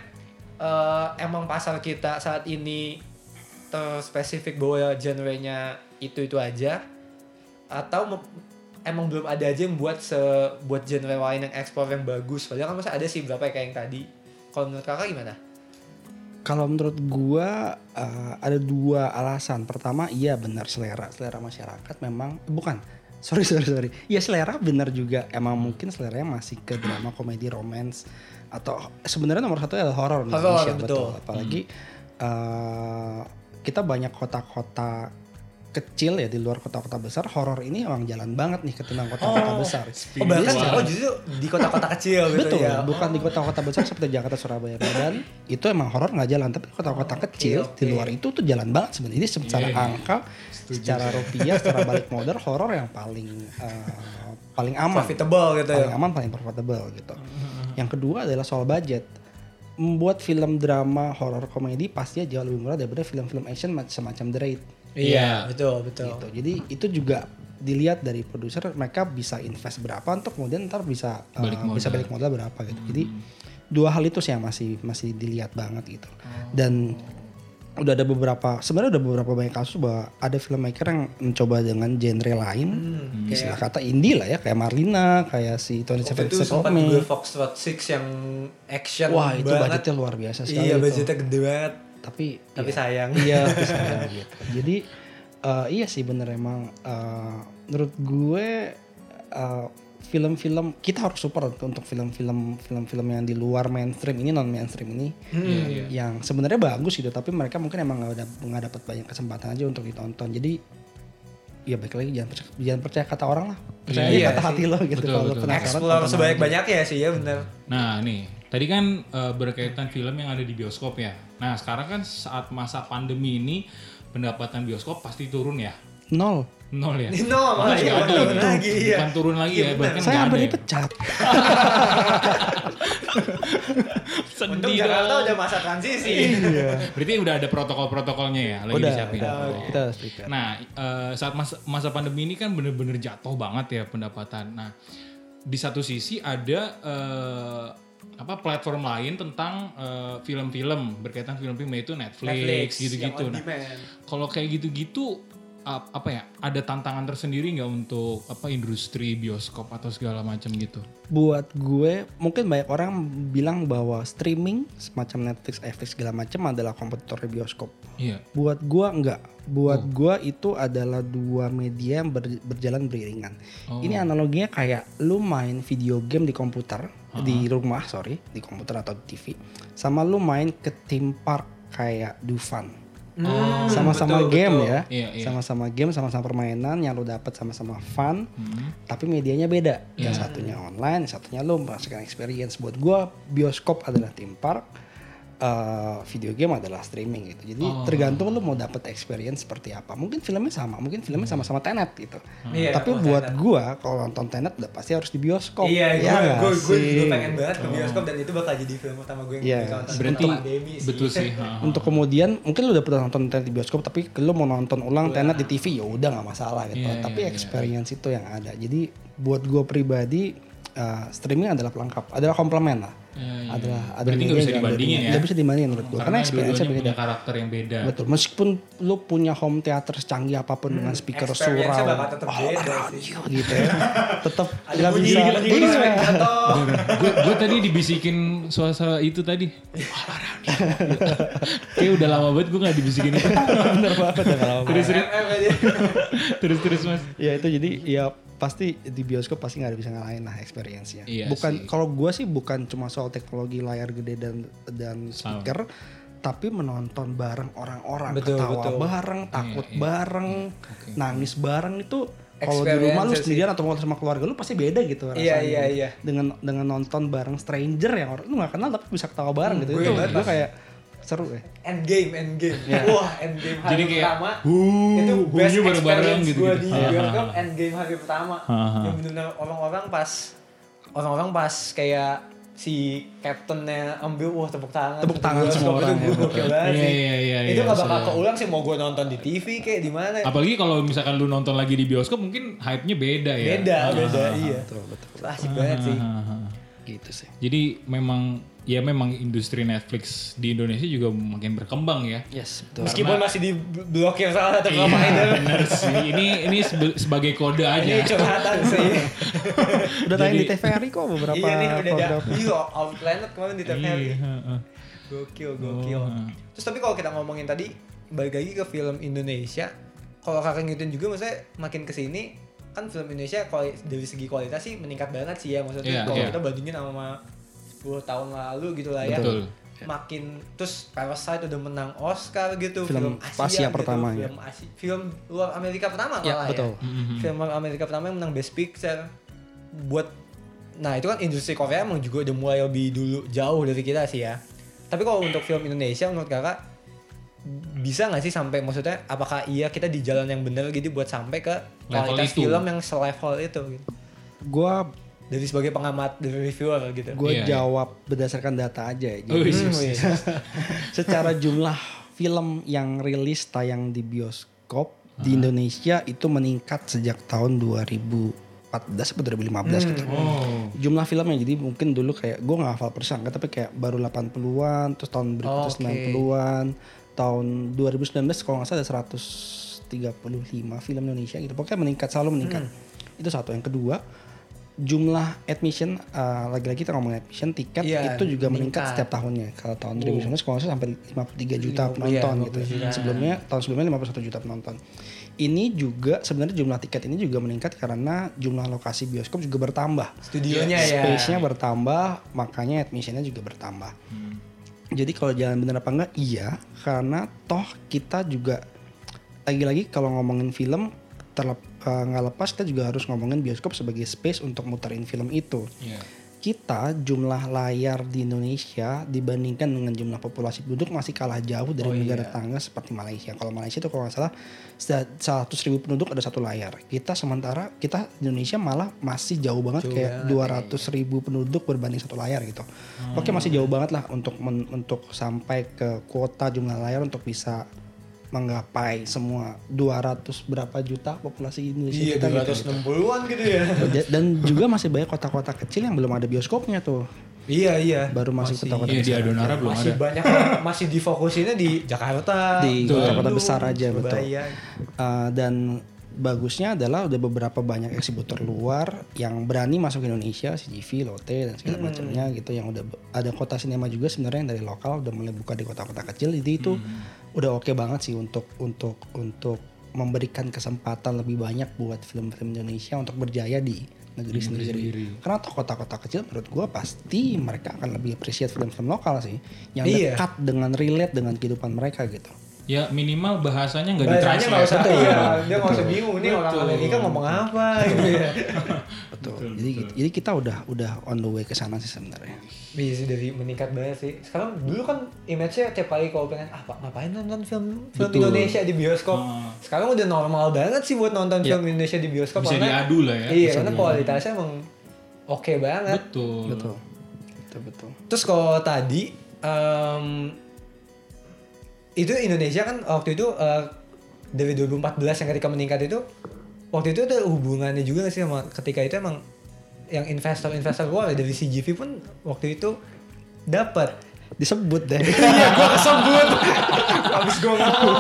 eh, emang pasar kita saat ini terspesifik bahwa genrenya itu-itu aja atau mem- emang belum ada aja yang buat se buat genre lain yang ekspor yang bagus. Padahal kan masa ada sih berapa kayak yang tadi. Kalau menurut kakak gimana? Kalau menurut gua uh, ada dua alasan. Pertama, iya benar selera, selera masyarakat memang bukan. Sorry sorry sorry. Iya selera benar juga. Emang mungkin seleranya masih ke drama, komedi, romance atau sebenarnya nomor satu adalah horor di Horor, Indonesia, betul. Apalagi uh, kita banyak kota-kota kecil ya di luar kota-kota besar. Horor ini emang jalan banget nih ketimbang kota-kota besar. Oh bahkan Jadi, oh justru di kota-kota kecil gitu Betul, ya. bukan di kota-kota besar seperti Jakarta, Surabaya, Medan. Itu emang horor nggak jalan, tapi kota-kota Oke, kecil oke. di luar itu tuh jalan banget sebenarnya. Jadi secara Iya, iya. angka, secara rupiah, secara balik modal, horor yang paling eh, paling aman, Profitable gitu paling ya. aman, paling profitable gitu. Yang kedua adalah soal budget. Membuat film drama, horor, komedi pastinya jauh lebih murah daripada film-film action mac- semacam The Raid. Iya, betul, betul. Gitu. Jadi itu juga dilihat dari produser mereka bisa invest berapa untuk kemudian ntar bisa uh, Balik modal. bisa balik modal berapa gitu. Jadi dua hal itu sih yang masih masih dilihat banget gitu. Dan udah ada beberapa sebenarnya udah beberapa banyak kasus bahwa ada filmmaker yang mencoba dengan genre lain. Hmm, Istilah kata indie lah ya kayak Marlina, kayak si Tony Waktu Seven itu Steps of sempat Me. juga Foxtrot Six yang action Wah, itu banget. budgetnya luar biasa sekali. Iya, itu. budgetnya gede banget. Tapi Tapi iya. sayang. Iya, tapi sayang gitu. Jadi eh, iya sih bener emang eh, menurut gue eh, film-film kita harus support untuk film-film film-film yang di luar mainstream ini, non mainstream ini Iya, iya. yang sebenarnya bagus gitu, tapi mereka mungkin emang nggak ada- nggak dapat banyak kesempatan aja untuk ditonton. Jadi ya baik lagi jangan percaya, jangan percaya kata orang lah, percaya Iya aja kata sih. hati lo gitu. Betul, Kalau betul. penasaran Explore tonton sebanyak-banyaknya sih ya bener. Nah nih, tadi kan eh, berkaitan film yang ada di bioskop ya. Nah sekarang kan saat masa pandemi ini pendapatan bioskop pasti turun ya. aja. Nol. Nol ya. No, malah Bukan iya, ada turun ya? lagi, iya. Bukan turun lagi Iya, ya, benar. bahkan Saya nggak hampir ada ya. dipecat. Untung Sedih Jakarta dong. udah masa transisi. Iya. Berarti udah ada protokol-protokolnya ya, lagi Udah, disiapin. udah, Oh. kita harus prepare. Nah, eh, saat masa, masa pandemi ini kan bener-bener jatuh banget ya pendapatan. Nah, di satu sisi ada eh, apa platform lain tentang eh, film-film berkaitan film-film yaitu Netflix, gitu-gitu. yang on Nah, demand. kalau kayak gitu-gitu ap- apa ya? Ada tantangan tersendiri nggak untuk apa industri bioskop atau segala macam gitu? Buat gue mungkin banyak orang bilang bahwa streaming semacam Netflix, Netflix segala macam adalah kompetitor bioskop. Iya. Buat gue enggak. Buat Oh. gue itu adalah dua media yang ber- berjalan beriringan. Oh. Ini analoginya kayak lu main video game di komputer, di rumah sorry, di komputer atau di T V, sama lu main ke theme park kayak Dufan. Oh, Sama-sama betul, game betul. ya, Iya, iya. sama-sama game, sama-sama permainan yang lu dapat sama-sama fun, tapi medianya beda. Yang satunya online, yang satunya lu merasakan experience. Buat gua bioskop adalah theme park, uh, video game adalah streaming gitu. Jadi Oh. tergantung lu mau dapat experience seperti apa. Mungkin filmnya sama, mungkin filmnya sama-sama Tenet gitu. Iya, Tapi oh, buat Tenet. gua kalau nonton Tenet udah pasti harus di bioskop. Iya, Ya gue nggak gue gue sih? juga pengen banget ke bioskop dan itu bakal jadi film utama gue yang Iya. gue tonton Berarti setelah pandemi sih. betul sih. ha, ha. Untuk kemudian mungkin lu udah pernah nonton Tenet di bioskop tapi lu mau nonton ulang Tenet di T V ya udah nggak masalah gitu. Iya, Tapi iya, iya. experience itu yang ada. Jadi buat gua pribadi uh, streaming adalah pelengkap, adalah komplement lah. Iya, iya. Adalah ada Berarti nggak media bisa yang dibandingin ada- ya? nggak bisa dibandingin menurut gua. Karena experience-nya dua-duanya beda. punya karakter yang beda. Betul. Meskipun lu punya home theater secanggih apapun dengan speaker experience-nya surround, bakal tetap beda around sih. you gitu ya, tetap Ada nggak bunyi bisa. gitu-gitu Iya. sampai jatuh. Gue tadi dibisikin suara itu tadi. Kayak udah lama banget gue nggak dibisikin itu. Bener banget ya kalau Terus terus M M aja. terus terus mas. ya itu jadi ya pasti di bioskop pasti nggak ada bisa ngalahin lah experience-nya. Iya bukan sih. kalau gue sih bukan cuma soal teknologi layar gede dan dan speaker, tapi menonton bareng orang-orang, Betul, ketawa betul. bareng, takut iya. bareng, Oke. nangis bareng itu kalau di rumah lu Experience sih. sendirian atau mau sama keluarga lu pasti beda gitu rasanya. Iya, iya, iya. Dengan dengan nonton bareng stranger yang orang lu nggak kenal tapi bisa ketawa bareng gitu. gue Itu banget, gue Mas. kayak seru ya. End game, end game. Wah, end game hari Jadi kayak, pertama. "Huh, itu huh-nya best bareng-bareng experience gitu, gue gitu." di Ha, ha, bioskop ha. end game hari pertama. Ha, ha. Yang benar orang-orang pas orang-orang pas kayak si captainnya ambil wah tepuk tangan. Tepuk satu tangan bioskop. semua orang, Itu gue ya, gokil banget Iya, sih. iya, iya, Itu iya, gak bakal seru. keulang sih mau gue nonton di T V kayak di mana. Apalagi kalau misalkan lu nonton lagi di bioskop mungkin hype-nya beda ya. Beda, Ha, beda, ha, ha. iya. Betul betul. Itu asik banget sih. Ha, ha, ha. Gitu sih. Jadi memang ya memang industri Netflix di Indonesia juga makin berkembang ya. Yes, betul. Meskipun masih diblokir salah satu Iya provider. bener sih. Ini ini sebe- sebagai kode aja. Ini curhatan sih. Udah tayang di Jadi- T V R I kok beberapa Iya nih udah ada. program. Iya, Outlander kemarin di T V R. Iya, ha, ha. Gokil, gokil. Oh. Terus tapi kalau kita ngomongin tadi balik lagi ke film Indonesia, kalau kakak ngikutin juga maksudnya makin kesini kan film Indonesia kuali- dari segi kualitas sih meningkat banget sih ya maksudnya Iya, kalau iya. kita bandingin sama sepuluh tahun lalu gitu lah ya. Betul. Makin terus Parasite udah menang Oscar gitu, Film Asia, Asia gitu, pertama, ya. film Asia, film luar Amerika pertama Ya, malah betul. ya. Mhm. Film luar Amerika pertama yang menang Best Picture buat nah itu kan industri Korea emang juga udah mulai lebih dulu jauh dari kita sih ya. Tapi kalau untuk film Indonesia menurut kakak bisa nggak sih sampai maksudnya apakah iya kita di jalan yang benar gitu buat sampai ke Level kualitas itu. film yang selevel itu gitu. Gua Dari sebagai pengamat dari reviewer gitu. gue Iya, iya. jawab berdasarkan data aja. Jadi Oh, iya. Hmm, iya. secara jumlah film yang rilis tayang di bioskop di Indonesia itu meningkat sejak tahun dua ribu empat belas atau dua ribu lima belas gitu. Oh. Jumlah filmnya jadi mungkin dulu kayak gue nggak hafal persen tapi kayak baru delapan puluhan, terus tahun berikutnya Oke. sembilan puluhan, tahun dua ribu sembilan belas kalau nggak salah ada seratus tiga puluh lima film Indonesia gitu. Pokoknya meningkat, selalu meningkat. Itu satu. Yang kedua, jumlah admission, uh, lagi-lagi kita ngomongin admission, tiket Iya, itu juga meningkat. meningkat setiap tahunnya. Kalau tahun dua ribu sembilan belas kalau nggak salah sampai lima puluh tiga juta lima puluh, penonton iya, lima gitu. puluh juta. Sebelumnya tahun sebelumnya lima puluh satu juta penonton. Ini juga sebenarnya jumlah tiket ini juga meningkat karena jumlah lokasi bioskop juga bertambah. Studionya ya. Space-nya bertambah, makanya admission-nya juga bertambah. Jadi kalau jalan bener apa enggak? Iya, karena toh kita juga lagi-lagi kalau ngomongin film terlep, uh, nggak lepas kita juga harus ngomongin bioskop sebagai space untuk muterin film itu. Iya. Kita jumlah layar di Indonesia dibandingkan dengan jumlah populasi penduduk masih kalah jauh dari Oh, negara iya. tetangga seperti Malaysia. Kalau Malaysia itu kalau nggak salah seratus ribu penduduk ada satu layar. Kita sementara kita di Indonesia malah masih jauh banget Jauh kayak banget, dua ratus ribu penduduk berbanding satu layar gitu. Oke masih jauh banget lah untuk men- untuk sampai ke kuota jumlah layar untuk bisa menggapai semua dua ratus berapa juta populasi Indonesia Iya, kita dua gitu. ratus enam puluhan gitu ya. Dan juga masih banyak kota-kota kecil yang belum ada bioskopnya tuh. Iya, iya. Baru masuk kota-kota Iya di Adonara belum Masih ada. banyak masih difokusinnya di Jakarta, Di Betul. kota-kota Bandung, besar aja betul. Surabaya. Uh, dan bagusnya adalah udah beberapa banyak eksibitor luar yang berani masuk ke Indonesia, C G V, Lotte dan segala macamnya gitu, yang udah ada kota sinema juga sebenarnya yang dari lokal udah mulai buka di kota-kota kecil. Jadi itu udah oke banget sih untuk untuk untuk memberikan kesempatan lebih banyak buat film-film Indonesia untuk berjaya di negeri sendiri. sendiri. Karena toh kota-kota kecil menurut gua pasti mereka akan lebih appreciate film-film lokal sih yang Iya. dekat dengan relate dengan kehidupan mereka gitu. Ya minimal bahasanya nggak Bahasanya nggak usah, ditranslate. iya, dia nggak usah bingung nih orang Betul. Amerika ngomong apa gitu ya. Betul. Jadi jadi kita udah udah on the way ke sana sih sebenarnya. Iya sih, dari meningkat banget sih. Sekarang dulu kan image-nya tiap kali kalau pengen apa ngapain nonton film film Betul. Indonesia di bioskop. Ah. Sekarang udah normal banget sih buat nonton Iya. film Indonesia di bioskop Bisa karena diadu lah ya. iya, Bisa karena diadu. kualitasnya emang oke banget. Betul. Betul. Betul betul. Terus kalau tadi em, itu Indonesia kan waktu itu eh, dari dua ribu empat belas yang ketika meningkat itu waktu itu ada hubungannya juga nggak sih sama ketika itu emang yang investor-investor luar dari C G V pun waktu itu dapat. Disebut deh. Iya, gue kesebut. Abis gue ngomong.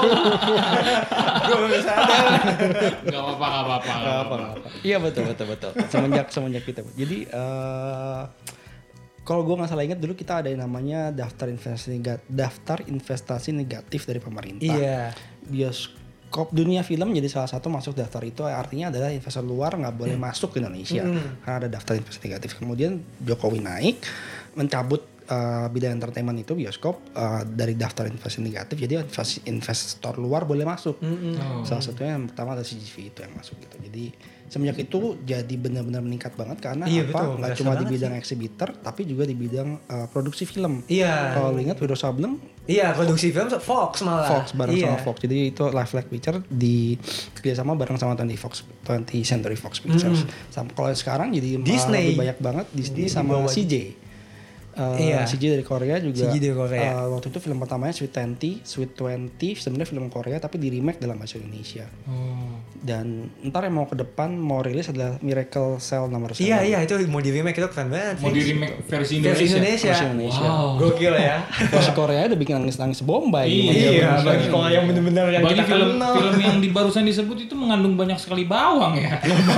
Gue baru sadar. Gak apa-apa, gak apa-apa. Gak apa-apa. Iya betul betul betul. Semenjak semenjak kita. Jadi eh kalau gue nggak salah ingat dulu kita ada yang namanya daftar investasi negatif, daftar investasi negatif dari pemerintah. Iya. Bioskop dunia film jadi salah satu masuk daftar itu, artinya adalah investor luar nggak boleh masuk ke Indonesia Hmm. karena ada daftar investasi negatif. Kemudian Jokowi naik mencabut uh, bidang entertainment itu bioskop uh, dari daftar investasi negatif, jadi investasi- investor luar boleh masuk. Mm-mm. Oh. Salah satunya yang pertama ada C G V itu yang masuk gitu. Jadi semenjak itu jadi benar-benar meningkat banget karena Iya, apa? betul. Nggak Berasa cuma di banget bidang exhibitor tapi juga di bidang uh, produksi film. Iya. Kalau lu ingat Wiro Sableng Iya, produksi film Fox malah. Fox bareng iya. sama Fox. Jadi itu Life Like Picture di kerjasama bareng sama twentieth Fox, twentieth Century Fox Pictures. Sama kalau sekarang jadi malah Disney. lebih banyak banget Disney Di sama bawah- C J. Uh, Iya. C J dari Korea juga. C J dari Korea. uh, waktu itu film pertamanya Sweet Twenty, Sweet Twenty sebenarnya film Korea tapi di remake dalam bahasa Indonesia. Oh. Dan ntar yang mau ke depan mau rilis adalah Miracle Cell nomor satu. Iya, iya, itu mau di remake itu keren banget Mau sih. di remake versi Indonesia. Versi Indonesia. Versi Indonesia. Wow. Gokil ya. Versi Korea udah bikin nangis-nangis Bombay. Iya, gimana Iya, zaman bagi sekarang. kalau yang bener-bener yang Bagi kita film kenal. film yang di barusan disebut itu mengandung banyak sekali bawang ya.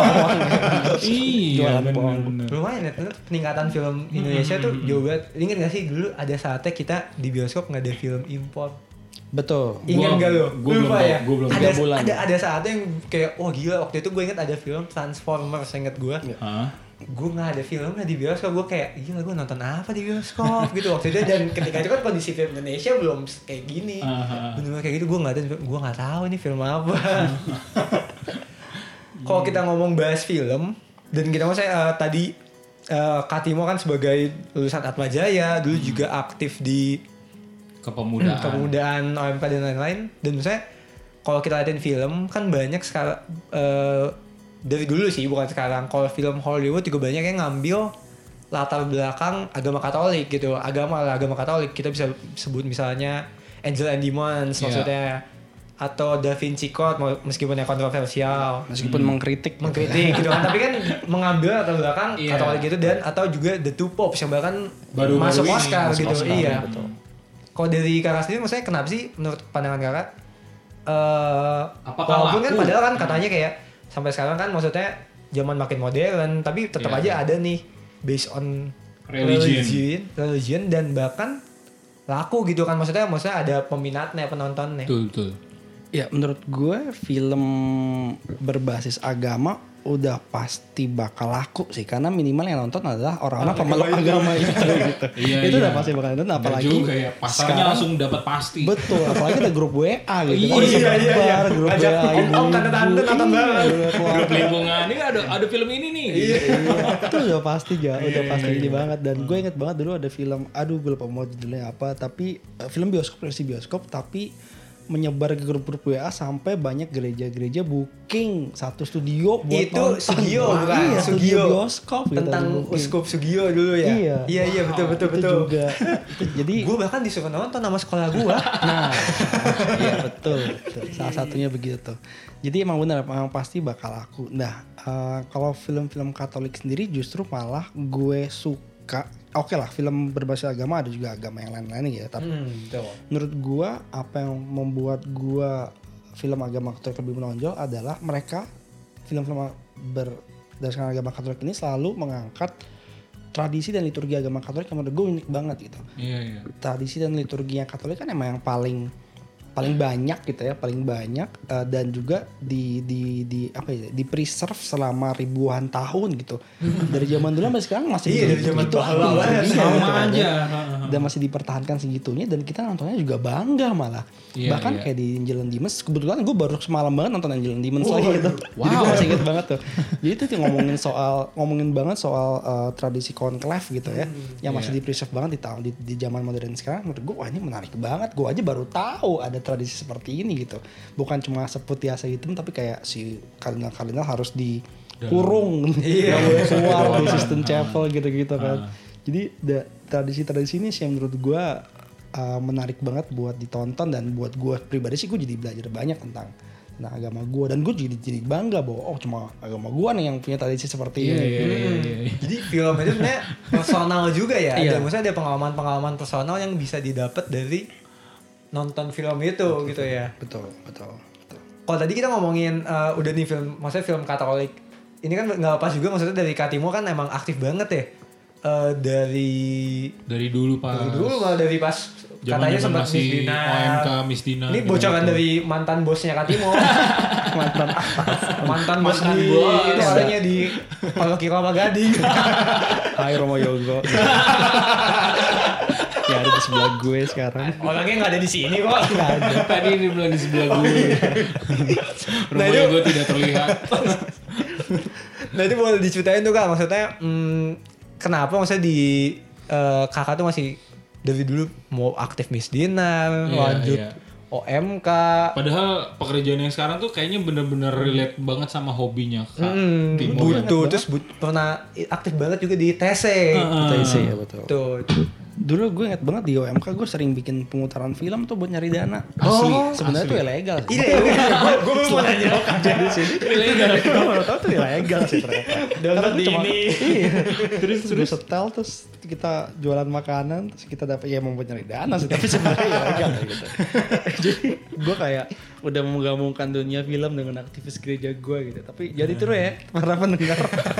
Iya, Jualan bawang. benar-benar. Lumayan ya, ternyata peningkatan film Indonesia tuh jauh banget. Ingat gak sih dulu ada saatnya kita di bioskop nggak ada film impor. Betul. Ingat Gua- gak lo? gua belum Lupa tahu, ya? gua belum ada, tiga bulan. ada ada saatnya yang kayak wah gila, waktu itu gue inget ada film Transformers, inget gue. Hah? Gue nggak ada filmnya di bioskop, gue kayak gila gue nonton apa di bioskop gitu waktu itu. Dan ketika itu kan kondisi film Indonesia belum kayak gini, Aha. bener-bener kayak gitu. Gue nggak ada, gue nggak tahu ini film apa. Kalau kita ngomong bahas film dan kita mau saya uh, tadi uh, Katimo kan sebagai lulusan Atmajaya dulu juga aktif di Kepemudaan. kepemudaan O M K dan lain-lain. Dan misalnya kalau kita liatin film kan banyak sekarang uh, dari dulu sih bukan sekarang, kalau film Hollywood juga banyak yang ngambil latar belakang agama Katolik gitu, agama lah agama Katolik. Kita bisa sebut misalnya Angel and Demons Iya. maksudnya, atau Da Vinci Code meskipun ya kontroversial, Meskipun mengkritik. mengkritik gitu kan, tapi kan mengambil latar belakang Iya. Katolik gitu. Dan atau juga The Two Popes yang bahkan Baru-baru masuk ini, Oscar masuk gitu. Oscar, Iya. betul. Kalau dari kakak sendiri maksudnya kenapa sih menurut pandangan kakak eh Apakah walaupun kan laku? padahal kan katanya kayak sampai sekarang kan maksudnya zaman makin modern tapi tetap Iya. aja ada nih based on Religion. religion, religion dan bahkan laku gitu kan, maksudnya maksudnya ada peminatnya, penontonnya. Betul, betul. Ya menurut gue film berbasis agama udah pasti bakal laku sih, karena minimal yang nonton adalah orang-orang pemeluk agama itu gitu. Iya, Itu iya. udah pasti bakal nonton, Nggak apalagi juga ya, pasarnya sekarang- langsung dapat pasti. Betul, apalagi ada grup W A gitu. Iya, kan, iya, sebar iya, iya. grup Ajak W A om-om, ibu-ibu. tante-tante nonton Iya, bareng. grup keluarga. Grup lingkungan ini ada ada film ini nih. Iya. Itu udah pasti ya, udah Iya, pasti iya, ini iya. banget. Dan gue inget banget dulu ada film, aduh gue lupa mau judulnya apa, tapi eh, film bioskop versi bioskop tapi menyebar ke grup-grup W A sampai banyak gereja-gereja booking satu studio buat Itu nonton. Sugio Wah, bukan? iya, studio Sugio. bioskop gitu, Tentang di-booking. Uskup Sugio dulu ya. Iya. Iya, iya betul betul Itu betul. juga. Itu jadi Gue bahkan disuruh nonton sama sekolah gue. nah, iya betul, betul. Salah satunya begitu tuh. Jadi emang benar, emang pasti bakal laku. Nah, eh, kalau film-film Katolik sendiri justru malah gue suka. Oke lah, film berbasis agama ada juga agama yang lain-lain ya. Tapi Hmm, betul. menurut gue apa yang membuat gue film agama Katolik lebih menonjol adalah mereka film-film berdasarkan agama Katolik ini selalu mengangkat tradisi dan liturgi agama Katolik yang menurut gue unik banget gitu. Iya, iya. Tradisi dan liturginya Katolik kan emang yang paling paling banyak gitu ya, paling banyak uh, dan juga di di di apa ya, di preserve selama ribuan tahun gitu. Dari zaman dulu sampai sekarang masih Iya, dari zaman gitu pahlawan aja. banget. Iya, Sama gitu aja. aja. dan masih dipertahankan segitunya dan kita nontonnya juga bangga malah. Iya, Bahkan iya. kayak di Angel and Demons, kebetulan gue baru semalam banget nonton Angel and Demons Oh, lagi gitu. wow. Jadi gue masih inget banget tuh. Jadi itu tuh ngomongin soal ngomongin banget soal uh, tradisi conclave gitu ya, yang masih Iya. di preserve banget di tahun di, di zaman modern sekarang. Menurut gue wah ini menarik banget. Gue aja baru tahu ada tradisi seperti ini gitu. Bukan cuma seputiasa hitam tapi kayak si kardinal-kardinal harus dikurung, Iya. nggak boleh keluar di Sistine Chapel gitu-gitu kan. Jadi da- tradisi-tradisi ini sih menurut gue uh, menarik banget buat ditonton dan buat gue pribadi sih gue jadi belajar banyak tentang tentang agama gue dan gue jadi jadi bangga bahwa oh cuma agama gue nih yang punya tradisi seperti Iya, ini. iya, iya, iya, iya. Jadi film itu sebenarnya personal juga ya. Iya. Ada maksudnya ada pengalaman-pengalaman personal yang bisa didapat dari nonton film itu gitu ya. Betul, betul, betul. Kalau tadi kita ngomongin uh, udah nih film, maksudnya film Katolik. Ini kan nggak lepas juga maksudnya dari Katimo kan emang aktif banget ya. Uh, dari Dari dulu pas dari dulu malah dari pas katanya zaman-zaman sempat masih Miss Dina. O M K Miss Dina. Ini gitu-gitu. bocoran dari mantan bosnya Katimo. Mantan mantan bos Mantan di bos. itu adanya di Paroki Kelapa Gading. Hai Romo Yogo. Ya ada di sebelah gue sekarang. Orangnya nggak ada di sini kok. Nggak ada. Tadi ini bilang di sebelah gue. Nah, Rumahnya itu- gue tidak terlihat. Nah itu boleh diceritain tuh Kak, maksudnya hmm, kenapa maksudnya di eh, kakak tuh masih dari dulu mau aktif Miss Dina, Iya, lanjut iya. O M K. Padahal pekerjaan yang sekarang tuh kayaknya bener-bener relate banget sama hobinya Kak. Hmm, Timo. butuh terus but, pernah aktif banget juga di T C. Betul sih ya betul. Tuh. Dulu gue inget banget di O M K gue sering bikin pemutaran film tuh buat nyari dana. Asli, Sebenarnya asli. tuh ilegal. sih. Iya, gue gue mau nanya. Jadi sini ilegal. Gue baru tahu tuh ilegal sih ternyata. Download Karena di gue cuma- ini. Iya. Terus terus setel terus kita jualan makanan terus kita dapat ya mau buat nyari dana sih tapi sebenarnya ilegal gitu. Jadi gue kayak udah menggabungkan dunia film dengan aktivis gereja gue gitu. Tapi jadi terus ya para pendengar.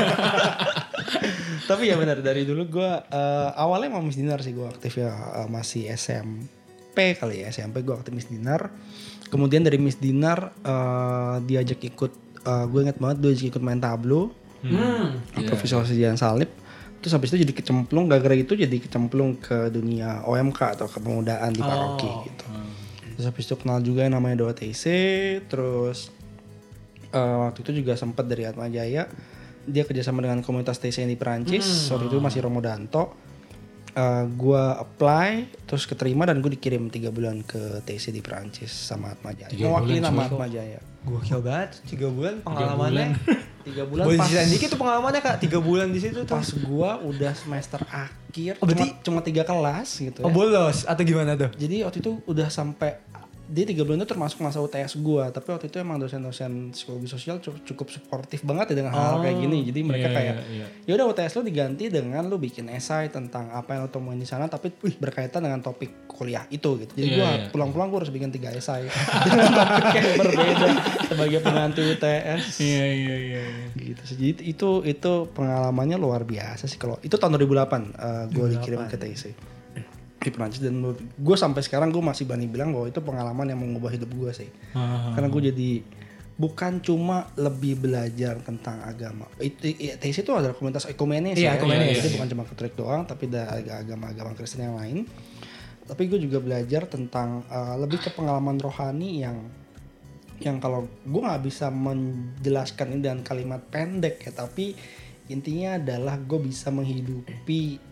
Tapi ya benar dari dulu gue uh, awalnya mau Miss Dinar sih gue aktif ya uh, masih S M P kali ya S M P gue aktif Miss Dinar. Kemudian dari Miss Dinar uh, diajak ikut uh, gue inget banget diajak ikut main tablo, Hmm. Iya. profesional sejarah salib. Terus habis itu jadi kecemplung gara-gara itu jadi kecemplung ke dunia O M K atau kepemudaan di paroki Oh. gitu. Terus habis itu kenal juga yang namanya Doa T C. Terus uh, waktu itu juga sempat dari Atma Jaya dia kerjasama dengan komunitas T C yang di Perancis. Waktu itu masih Romo Danto. Uh, gue apply terus keterima dan gue dikirim tiga bulan ke T C di Perancis sama Atma Jaya. Tiga Mewakili bulan, nama cuy. Atma Jaya. Gokil banget, tiga bulan pengalamannya. Tiga bulan Boleh pas, diceritain dikit tuh pengalamannya Kak, tiga bulan di situ tuh. pas gue udah semester akhir. Oh, berarti- cuma, cuma tiga kelas gitu Oh ya. bolos atau gimana tuh? Jadi waktu itu udah sampai dia tiga bulan itu termasuk masa U T S gua, tapi waktu itu emang dosen-dosen psikologi sosial cukup, cukup suportif banget ya dengan hal, -hal kayak gini. Jadi mereka Iya, kayak iya, iya. ya udah U T S lu diganti dengan lu bikin esai tentang apa yang lu temuin di sana tapi wih, berkaitan dengan topik kuliah itu gitu. Jadi Iya, gua iya. pulang-pulang gua harus bikin tiga esai dengan topik yang berbeda sebagai pengganti U T S. Iya iya iya. iya. Gitu sih. Jadi itu itu pengalamannya luar biasa sih kalau itu tahun dua ribu delapan uh, gue dikirim ke T I C di Perancis dan gue sampai sekarang gue masih berani bilang bahwa itu pengalaman yang mengubah hidup gue sih. Ah. Karena gue jadi bukan cuma lebih belajar tentang agama. Itu T I C itu adalah komunitas ekumenis Iya, ya. ekumenis. Jadi Iya, bukan cuma Katolik doang tapi ada agama-agama Kristen yang lain. Tapi gue juga belajar tentang uh, lebih ke pengalaman rohani yang yang kalau gue nggak bisa menjelaskan ini dengan kalimat pendek ya, tapi intinya adalah gue bisa menghidupi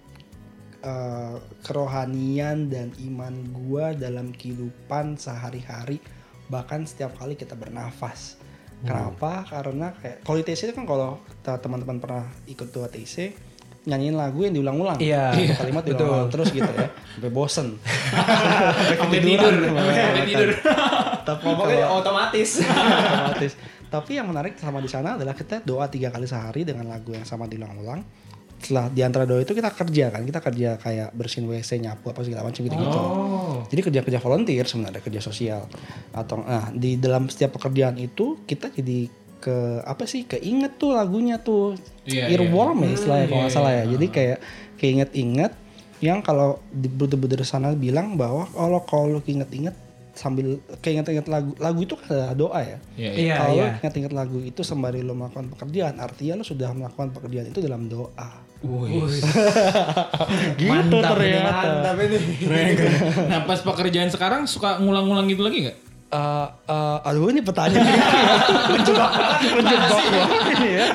uh, kerohanian dan iman gue dalam kehidupan sehari-hari bahkan setiap kali kita bernafas. Kenapa? Karena kayak kalau di T C itu kan kalau kita- teman-teman pernah ikut dua T C nyanyiin lagu yang diulang-ulang. Iya, Satu kalimat betul. diulang-ulang terus gitu ya. Sampai bosen. Sampai tidur, sampai tidur. Tapi Ngomongnya kalau- otomatis. otomatis. Tapi yang menarik sama di sana adalah kita doa tiga kali sehari dengan lagu yang sama diulang-ulang. Setelah di antara doa itu kita kerja kan, kita kerja kayak bersihin W C, nyapu apa segala macam gitu-gitu. Oh. Jadi kerja-kerja volunteer sebenarnya, kerja sosial. Atau nah di dalam setiap pekerjaan itu kita jadi ke apa sih keinget tuh lagunya tuh Iya, earworm ya istilahnya kalau iya, nggak salah iya. ya. Jadi kayak keinget-inget yang kalau di Buddha-Buddha sana bilang bahwa kalau kalau lu keinget-inget sambil keinget-inget lagu lagu itu kan adalah doa ya. Iya, iya. Iya, Kalau iya. lu ingat-ingat lagu itu sembari lu melakukan pekerjaan, artinya lu sudah melakukan pekerjaan itu dalam doa. Wih. Gitu Mantap ini, ternyata. mantap ini. Keren, keren. Nah pas pekerjaan sekarang suka ngulang-ngulang gitu lagi nggak? Eh, eh, aduh ini pertanyaan menjebak menjebak banget ini ya.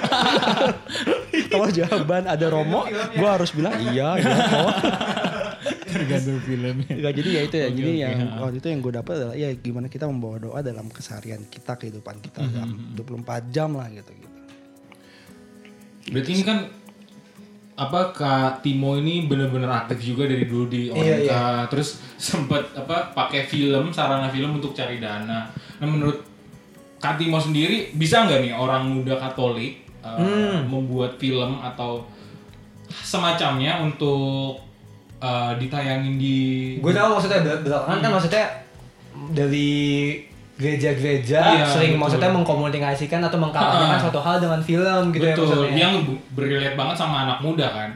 Kalau jawaban ada Romo, gue harus bilang iya gitu. Tergantung filmnya. Gak jadi ya itu ya. Oke, jadi oke, yang ha. waktu itu yang gue dapat adalah ya gimana kita membawa doa dalam keseharian kita, kehidupan kita dalam dua puluh empat jam lah gitu gitu. Berarti ini kan apa Kak Timo ini benar-benar aktif juga dari dulu di O M K, Iya, iya. terus sempat apa pakai film, sarana film untuk cari dana. Nah menurut Kak Timo sendiri bisa nggak nih orang muda Katolik uh, Hmm. membuat film atau semacamnya untuk uh, ditayangin di Gue tahu maksudnya bel- belakangan kan maksudnya dari gereja-gereja Iya, sering betul. maksudnya mengkomunikasikan atau mengkampanyekan Ah. suatu hal dengan film gitu ya betul, maksudnya. yang berrelate banget sama anak muda kan.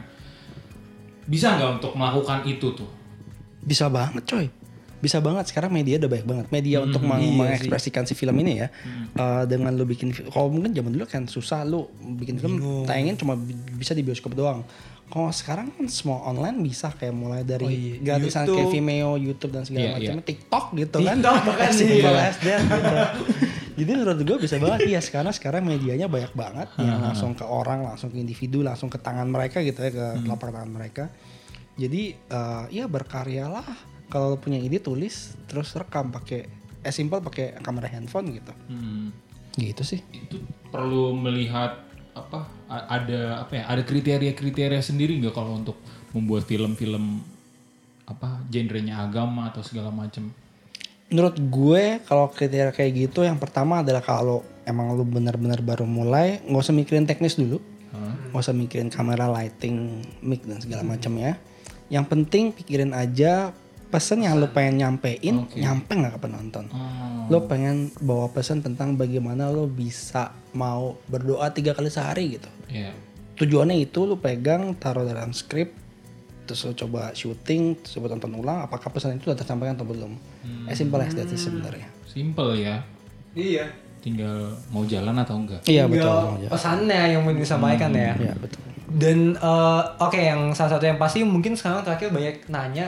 Bisa nggak untuk melakukan itu tuh? Bisa banget coy. Bisa banget, sekarang media udah banyak banget. Media untuk meng- iya mengekspresikan si film ini ya. Eh, dengan lu bikin, fi- kalau mungkin zaman dulu kan susah lu bikin film tayangin cuma bi- bisa di bioskop doang. Kalau sekarang kan semua online bisa kayak mulai dari Oh iya, gratisan YouTube. kayak Vimeo, YouTube dan segala Iya, macamnya, TikTok gitu kan. TikTok bahkan Simple iya. as that gitu. Jadi menurut gue bisa banget ya sekarang sekarang medianya banyak banget yang langsung ke orang, langsung ke individu, langsung ke tangan mereka gitu ya, ke telapak tangan mereka. Jadi eh, ya berkaryalah, kalau punya ide tulis terus rekam pakai as simple pakai kamera handphone gitu. Hmm. Gitu sih. Itu perlu melihat apa a- ada apa ya ada kriteria-kriteria sendiri nggak kalau untuk membuat film-film apa genrenya agama atau segala macam. Menurut gue kalau kriteria kayak gitu yang pertama adalah kalau emang lu benar-benar baru mulai nggak usah mikirin teknis dulu, nggak usah mikirin kamera, lighting, mic dan segala macamnya. Yang penting pikirin aja pesan yang lu pengen nyampein, Oke. nyampe nggak ke penonton. Oh. Lo pengen bawa pesan tentang bagaimana lo bisa mau berdoa tiga kali sehari gitu. Iya. Tujuannya itu lo pegang, taruh dalam skrip, terus lo coba syuting, terus coba tonton ulang, apakah pesan itu sudah tersampaikan atau belum. As simple as that sih sebenarnya. Simple ya. Iya. Tinggal mau jalan atau enggak. Iya Tinggal betul. Ya. pesannya yang mau disampaikan ya. Iya betul. Dan eh, oke yang salah satu yang pasti mungkin sekarang terakhir banyak nanya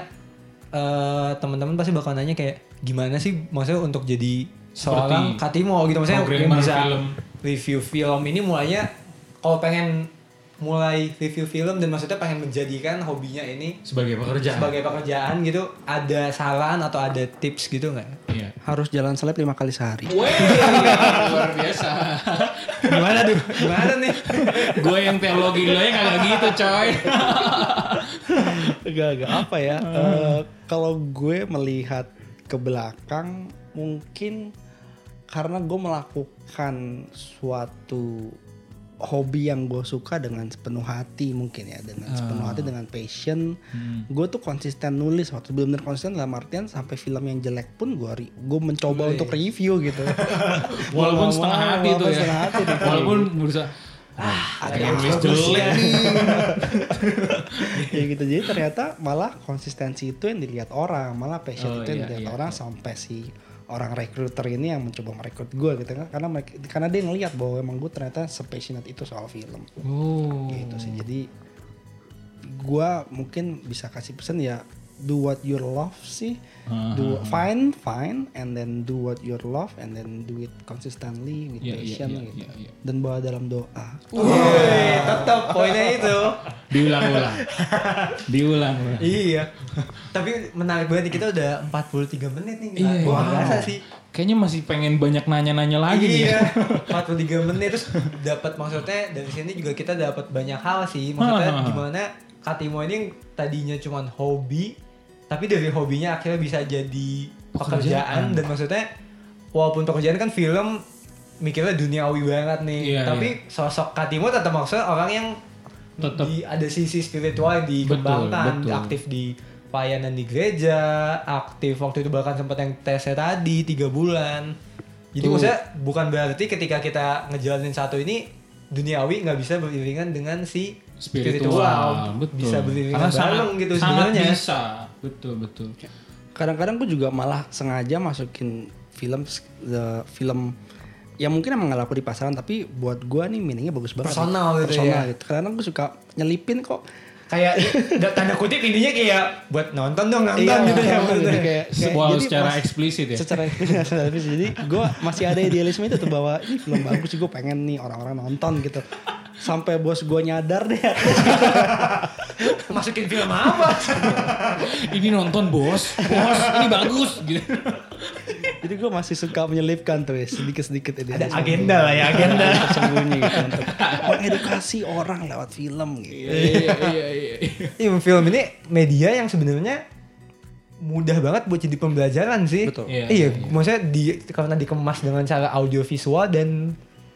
eh, teman-teman pasti bakal nanya kayak gimana sih maksudnya untuk jadi seorang Katimo gitu maksudnya yang programmer bisa film. review film ini mulainya kalau pengen mulai review film dan maksudnya pengen menjadikan hobinya ini Sebagai pekerjaan. sebagai pekerjaan gitu ada saran atau ada tips gitu nggak? Iya. Harus jalan seleb lima kali sehari. Weh, luar biasa. Gimana tuh? Gimana nih? Gue yang teologi lo ya kagak gitu coy. Gak, gak apa ya. Eh, kalau gue melihat ke belakang, mungkin karena gue melakukan suatu hobi yang gue suka dengan sepenuh hati mungkin ya, dengan sepenuh hati, dengan passion. Gue tuh konsisten nulis waktu benar-benar konsisten dalam artian sampai film yang jelek pun gue gue mencoba untuk review gitu. Walaupun Mau setengah nggak hati mau, tuh ya. setengah hati nih. Walaupun berusaha. Ah, ada yang nulis jelek nih. Ya gitu, jadi ternyata malah konsistensi itu yang dilihat orang, malah Oh, passion itu yang iya, dilihat iya, orang sampai si orang recruiter ini yang mencoba merekrut gue gitu kan, karena mereka, karena dia ngelihat bahwa emang gue ternyata sepassionate itu soal film. Oh. Gitu sih. Jadi gue mungkin bisa kasih pesan ya, do what you love sih. Do fine fine and then do what you love and then do it consistently with Iya, iya, passion iya, gitu. iya, iya. Dan bawa dalam doa. Wih, tetap poinnya itu. Diulang-ulang. Diulang-ulang. Iya. Tapi menarik banget nih, kita udah empat puluh tiga menit nih. Iya, Wah, wow. biasa sih. Kayaknya masih pengen banyak nanya-nanya lagi nih. Iya. empat puluh tiga menit terus dapat maksudnya dari sini juga kita dapat banyak hal sih. Maksudnya gimana Katimo ini tadinya cuman hobi tapi dari hobinya akhirnya bisa jadi pekerjaan, Pekerjaan. dan maksudnya walaupun pekerjaan kan film mikirnya duniawi banget nih. Iya, tapi sosok Katimo tetap maksudnya orang yang Tetap. di, ada sisi spiritual yang dikembangkan, Betul, betul. aktif di pelayanan di gereja, aktif waktu itu bahkan sempat yang tesnya tadi tiga bulan. Jadi Tuh. maksudnya bukan berarti ketika kita ngejalanin satu ini duniawi nggak bisa beriringan dengan si Spiritual, betul. bisa beriringan Karena sangat, bareng gitu sangat sebenarnya. bisa. Betul, betul. Kadang-kadang gue juga malah sengaja masukin film the film ya mungkin emang gak laku di pasaran, tapi buat gue nih meaningnya bagus banget. Personal gitu Personal ya. gitu. Karena gue suka nyelipin kok. Kayak tanda kutip intinya kayak buat nonton dong nonton Iya, gitu ya. gitu, maksudnya. kayak, kayak, Wow, jadi secara mas- eksplisit ya. secara eksplisit, secara eksplisit. Jadi gue masih ada idealisme itu tuh bahwa ini film bagus sih, gue pengen nih orang-orang nonton gitu. Sampai bos gue nyadar deh. Masukin film apa? Ini nonton bos, bos ini bagus gitu. Jadi gue masih suka menyelipkan tuh ya, sedikit-sedikit Ada idealisme. agenda lah ya, agenda. Tersembunyi gitu untuk mengedukasi orang lewat film gitu. Iya iya iya. Iya, film ini media yang sebenarnya mudah banget buat jadi pembelajaran sih. Betul. Iya, Iya, iya. maksudnya di karena dikemas dengan cara audiovisual dan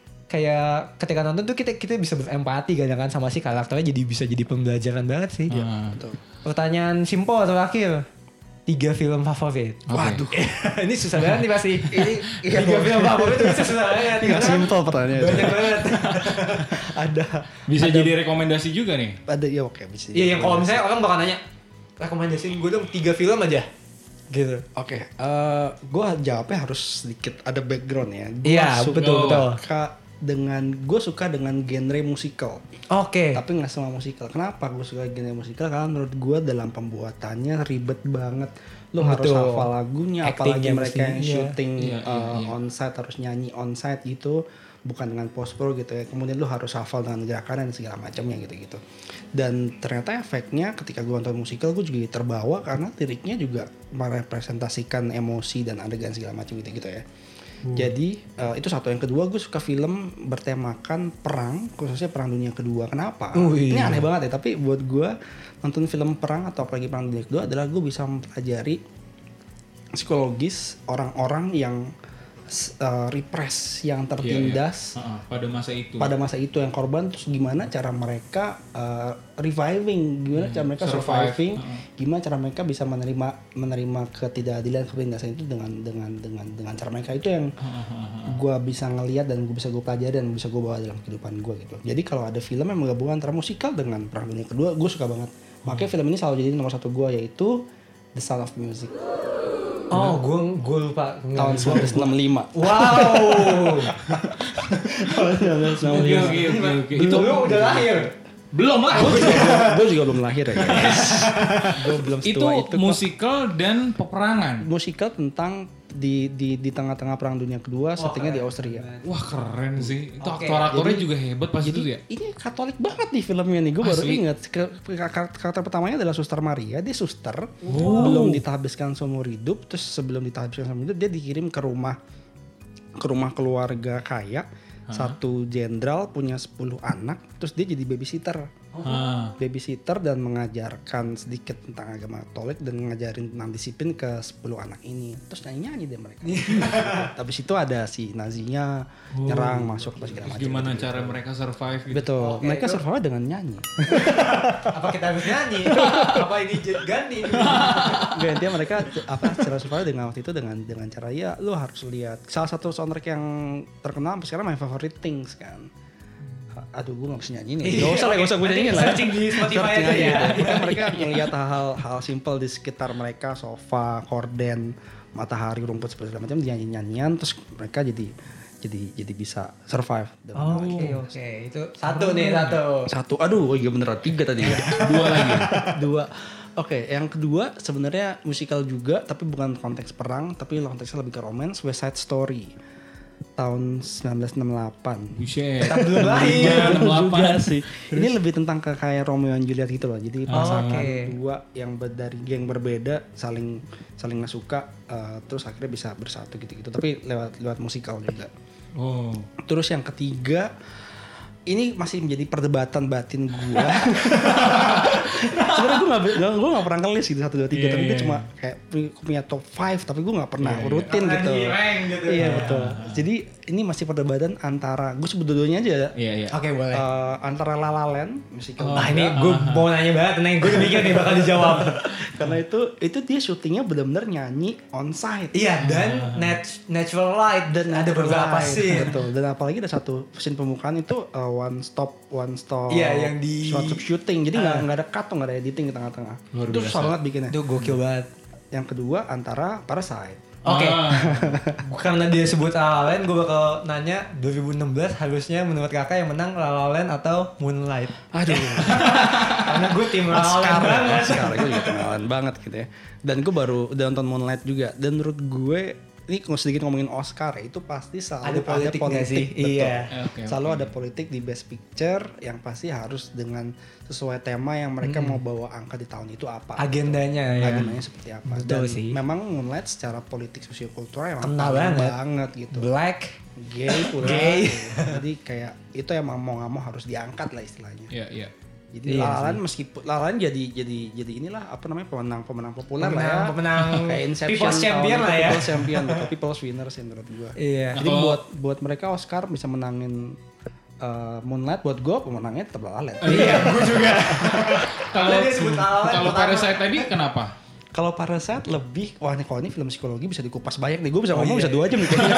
kayak ketika nonton tuh kita kita bisa berempati kadang-kadang sama si karakternya, jadi bisa jadi pembelajaran banget sih. Ah, Betul. Pertanyaan simpel terakhir. Tiga film favorit. Waduh. Ini susah banget nih pasti. Ini Tiga film favorit itu bisa susah banget. Nggak Karena simple pertanyaannya. banyak banget. ada Bisa jadi rekomendasi juga nih. ada ya oke bisa. Iya, yang kalau misalnya orang bakal nanya, rekomendasiin gue dong tiga film aja. Gitu. Oke, eh gue jawabnya harus sedikit ada background ya. Gua Iya, suka betul, betul. dengan gue suka dengan genre musikal, Oke. tapi nggak semua musikal. Kenapa gue suka genre musikal? Karena menurut gue dalam pembuatannya ribet banget. Lo harus Betul. hafal lagunya, apalagi Actingnya mereka mesti, yang iya. syuting Iya, iya, eh, iya. onsite harus nyanyi onsite gitu, bukan dengan post pro gitu ya. Kemudian lo harus hafal dengan gerakan dan segala macamnya gitu-gitu. Dan ternyata efeknya ketika gue nonton musikal gue juga terbawa karena liriknya juga merepresentasikan emosi dan adegan segala macam gitu-gitu ya. Jadi uh, itu satu. Yang kedua gue suka film bertemakan perang, khususnya perang dunia kedua. Kenapa? Oh, iya. Ini aneh banget ya, tapi buat gue nonton film perang atau apalagi perang dunia kedua adalah gue bisa mempelajari psikologis orang-orang yang uh, repress, yang tertindas Iya, iya. Uh-uh, pada masa itu. pada masa itu, yang korban, terus gimana cara mereka uh, reviving, gimana cara mereka survive. surviving, Uh-uh. gimana cara mereka bisa menerima menerima ketidakadilan, ketindasan itu dengan dengan dengan dengan cara mereka itu yang gue bisa ngelihat dan gue bisa gue pelajari dan bisa gue bawa dalam kehidupan gue gitu. Jadi kalau ada film yang menggabungkan antara musikal dengan perang dunia kedua, gue suka banget. Makanya film ini selalu jadi nomor satu gue, yaitu The Sound of Music Oh, gue gue lupa. tahun seribu sembilan ratus enam puluh lima. Wow. Tahun seribu sembilan ratus enam puluh Oke lima. oke oke oke. Itu lu udah lahir. belum lah. Gue juga belum lahir ya guys. Gue belum Itu setua itu. kok. musikal dan peperangan. Musikal tentang di di di tengah-tengah perang dunia kedua, settingnya di Austria. Wah keren sih. Itu Oke, aktor-aktornya jadi- juga hebat pas itu Jadi ya. ini Katolik banget nih filmnya nih. Gue baru Asli. ingat Ke- karakter, karakter pertamanya adalah Suster Maria. Dia suster, belum ditahbiskan seumur hidup. Terus sebelum ditahbiskan seumur hidup dia dikirim ke rumah ke rumah keluarga kaya. Satu jenderal punya sepuluh anak. Terus dia jadi babysitter. Ah. Babysitter dan mengajarkan sedikit tentang agama Katolik dan ngajarin tentang disiplin ke sepuluh anak ini. Terus nyanyi-nyanyi deh mereka. Habis itu ada si Nazinya nyerang masuk apa segala Terus macam. gimana gitu. cara mereka survive gitu. Betul. Oke, mereka itu- survive dengan nyanyi. Apa kita harus nyanyi? Apa ini jet ganti? Gak, intinya mereka apa cara survive dengan waktu itu dengan dengan cara ya lu harus lihat salah satu soundtrack yang terkenal sampai sekarang My Favorite Things kan. Aduh gue gak bisa nyanyi nih. Gak usah lah, gak usah gue nyanyiin lah. Searching di Spotify Searching aja ya. Pokoknya mereka ngeliat hal hal simple di sekitar mereka, sofa, korden, matahari, rumput segala macam, nyanyi nyanyian, terus mereka jadi jadi jadi bisa survive. Oh, Oke oke, itu satu nih satu. Satu, aduh, oh iya beneran tiga tadi ya. Dua lagi. Dua. Oke, yang kedua sebenarnya musikal juga, tapi bukan konteks perang, tapi konteksnya lebih ke romance. West Side Story tahun seribu sembilan ratus enam puluh delapan. Buset. Kita belum lahir. enam puluh delapan. Juga sih. Ini lebih tentang ke kayak Romeo and Juliet gitu loh. Jadi pasangan Oke. dua yang ber- dari geng berbeda saling saling nggak suka, eh, terus akhirnya bisa bersatu gitu-gitu. Tapi lewat lewat musikal juga. Oh. Terus yang ketiga, ini masih menjadi perdebatan batin gua. Sebenarnya gue nggak gue nggak pernah ngelis gitu satu dua tiga, Iya, tapi gue iya, cuma kayak pu- punya top lima, tapi gue nggak pernah Iya, iya. urutin Karena gitu. di rank gitu. Iya betul. Jadi ini masih perdebatan antara gue sebut dua-duanya aja. Iya iya. Oke boleh. Eh, antara La La Land musical. Oh. Nah ini gue mau nanya banget, nih gue udah mikir nih bakal dijawab. Karena itu itu dia syutingnya benar-benar nyanyi on site. Iya dan nat- natural light dan ada beberapa Right, scene. betul. Dan apalagi ada satu scene pembukaan itu uh, one stop one stop Iya, yang di- one stop shooting. Jadi nggak Ah. nggak ada cut nggak ada editing di tengah-tengah. Luar Itu biasa. susah banget bikinnya. Itu gokil banget. Yang kedua antara Parasite. Oke. Ah. Karena dia sebut La La Land, gue bakal nanya dua ribu enam belas harusnya menurut kakak yang menang La La Land atau Moonlight? Aduh. Karena gue tim La La Land banget. Oscar, gue juga tim La La Land banget gitu ya. Dan gue baru udah nonton Moonlight juga. Dan menurut gue ini sedikit ngomongin Oscar ya, itu pasti selalu Ada politik nggak sih? betul. Iya. Oke, Selalu oke. ada politik di Best Picture yang pasti harus dengan sesuai tema yang mereka mau bawa angka di tahun itu apa. Agendanya gitu. ya. Agendanya seperti apa. Betul Dan sih. memang Moonlight secara politik sosiokultural emang Kena paling banget. banget gitu. Black. Gay pula. Gay. Jadi kayak itu emang mau nggak mau harus diangkat lah istilahnya. Iya, iya. Jadi Iya La La Land sih. meskipun La La Land jadi jadi jadi inilah apa namanya pemenang-pemenang populer lah ya. Pemenang, pemenang Kayak Inception People's tahun Champion itu, lah ya. People's Champion betul, People's Winner sih menurut gua. Iya. Jadi Kalau- buat buat mereka Oscar bisa menangin uh, Moonlight, buat gua pemenangnya tetap La La Land. Iya, gue juga. Kalau dia sebut La La Land kalau pertama. Parasite tadi kenapa? Kalau Parasite lebih, wah nih kalau ini film psikologi bisa dikupas banyak nih. Gue bisa Oh, ngomong iya. bisa dua jam nih kayaknya.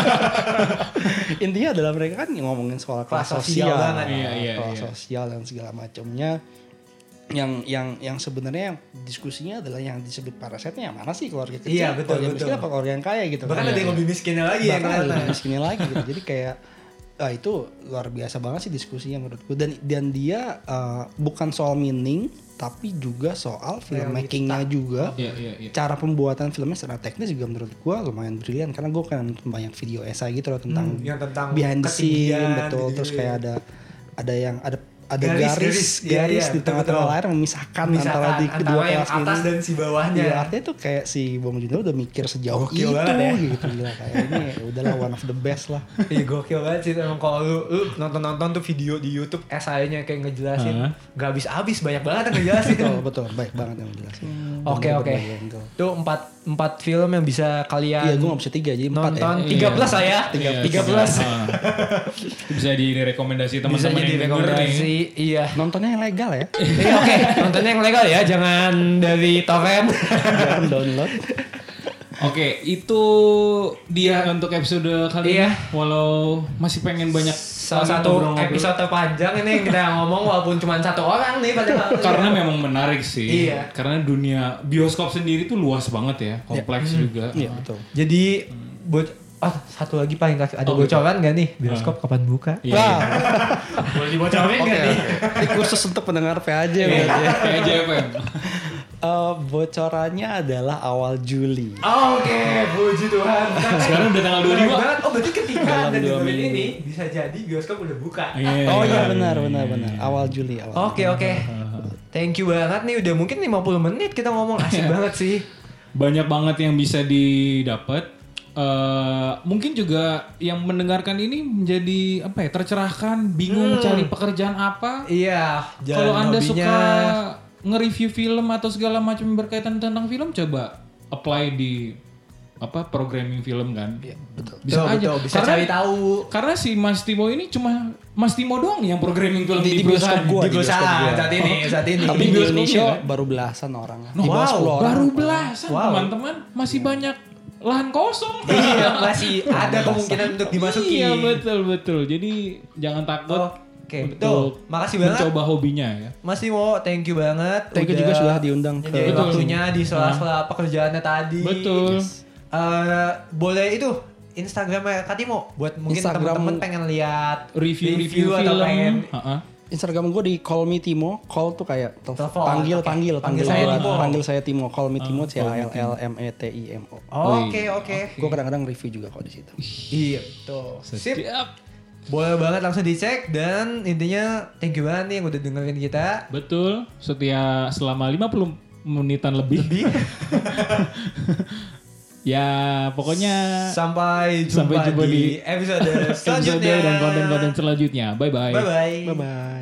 Intinya adalah mereka kan ngomongin soal kelas Kelas sosial sosial, banget. Iya, iya, kelas iya. sosial dan segala macamnya. Yang yang yang sebenarnya yang diskusinya adalah yang disebut Parasite-nya yang mana sih, keluarga kecil, Iya, betul, keluarga betul. miskin apa keluarga yang kaya gitu. Bahkan kan. ada yang Iya, lebih miskinnya lagi yang Bahkan ada kelihatan. lebih miskinnya lagi gitu. Jadi kayak ah, itu luar biasa banget sih diskusinya menurutku, dan dan dia uh, bukan soal meaning tapi juga soal filmmakingnya juga. Iya, iya, iya. Cara pembuatan filmnya secara teknis juga menurut gue lumayan brilian, karena gue kan nonton banyak video esai gitu loh tentang Hmm, yang tentang behind the scene, ketinggian, betul. gitu-gitu Terus ya. kayak ada ada yang ada ada Garis, garis garis. garis, Iya, iya, di betul, tengah-tengah betul. layar memisahkan, Misalkan antara di kedua antara yang kelas atas ini. dan si bawahnya. Iya, artinya tuh kayak si Bong Joon-ho udah mikir sejauh Gokil itu banget ya. gitu, gila kayak ini ya udahlah one of the best lah. Iya gokil banget sih emang kalau lu, lu nonton-nonton tuh video di YouTube esainya kayak ngejelasin Hah? gak habis-habis banyak banget yang ngejelasin. Betul, betul, baik banget yang dijelasin. Oke oke. Tuh empat empat film yang bisa kalian Iya, gue gak bisa tiga, jadi empat nonton ya. tiga Iya. plus lah ya. Iya, Tiga plus. ah. Bisa direkomendasi Bisa teman-teman jadi yang denger rekomendasi. nih. Iya. Nontonnya yang legal ya, Iya oke. Nontonnya yang legal ya, jangan dari torrent. jangan download. Oke, itu dia untuk episode kali Iya. ini. Walau masih pengen banyak Salah lagi satu ngobrol-ngobrol. episode terpanjang ini yang kita ngomong walaupun cuma satu orang nih pada Karena memang menarik sih. Iya. Karena dunia bioskop sendiri tuh luas banget ya, kompleks juga. Iya, betul. Jadi buat oh, satu lagi paling terakhir ada Oh, bocoran gak nih bioskop kapan buka? Iya. Wah, Boleh dibocorin oke. gak nih? Ini khusus untuk pendengar P A J Iya. berarti ya. Kayak J F M. Eh, bocorannya adalah awal Juli. Oke, puji Tuhan. Sekarang udah tanggal dua puluh lima. Banget. Oh berarti ketika Dalam ada dua dengerin minggu. ini bisa jadi bioskop udah buka. Iya. Oh iya benar benar benar. Awal Juli awal. Oke oke. Thank you banget nih udah mungkin lima puluh menit kita ngomong asik banget sih. Banyak banget yang bisa didapat. Eh, mungkin juga yang mendengarkan ini menjadi apa ya, tercerahkan, bingung cari pekerjaan apa. Iya, Kalau Anda hobinya. suka nge-review film atau segala macam yang berkaitan tentang film, coba apply di apa programming film kan. Iya, betul. Bisa Betul, aja. betul, bisa karena, cari tahu. Karena si Mas Timo ini cuma Mas Timo doang yang programming film Di- di, di bioskop perusahaan. gua. Di di bioskop perusahaan gua. saat ini, saat ini. Tapi Di di bioskopnya Indonesia kan? baru belasan orang. Nah, Di bawah wow, sepuluh orang. baru belasan Wow. teman-teman, masih banyak lahan kosong. Iya, masih ada kemungkinan untuk dimasuki. Iya betul betul. Jadi jangan takut Oke, untuk betul. Makasih banget. mencoba hobinya ya. Mas Timo, thank you banget. Thank you juga sudah diundang ke- nyediain Betul. waktunya di sela-sela pekerjaannya tadi. Betul. Eh, boleh itu Instagramnya Kak Timo buat mungkin Instagram- teman-teman pengen lihat Review-review atau film. pengen Ha-ha. Instagram gue di call me Timo. Call tuh kayak tel- Telepon, panggil, oke. panggil, Panggil panggil, saya buat- Timo. panggil saya Timo. Call me Timo, C call A me L L M E T I M O. Oke, oke. Gue kadang-kadang review juga kok di situ. Iya, tuh. Sip. Siap. Boleh banget langsung dicek dan intinya thank you banget nih yang udah dengerin kita. Betul. Setia selama lima puluh menitan lebih. Lebih. Ya pokoknya Sampai jumpa, Sampai jumpa di episode episode selanjutnya dan konten-konten selanjutnya. Bye bye. Bye bye. Bye bye.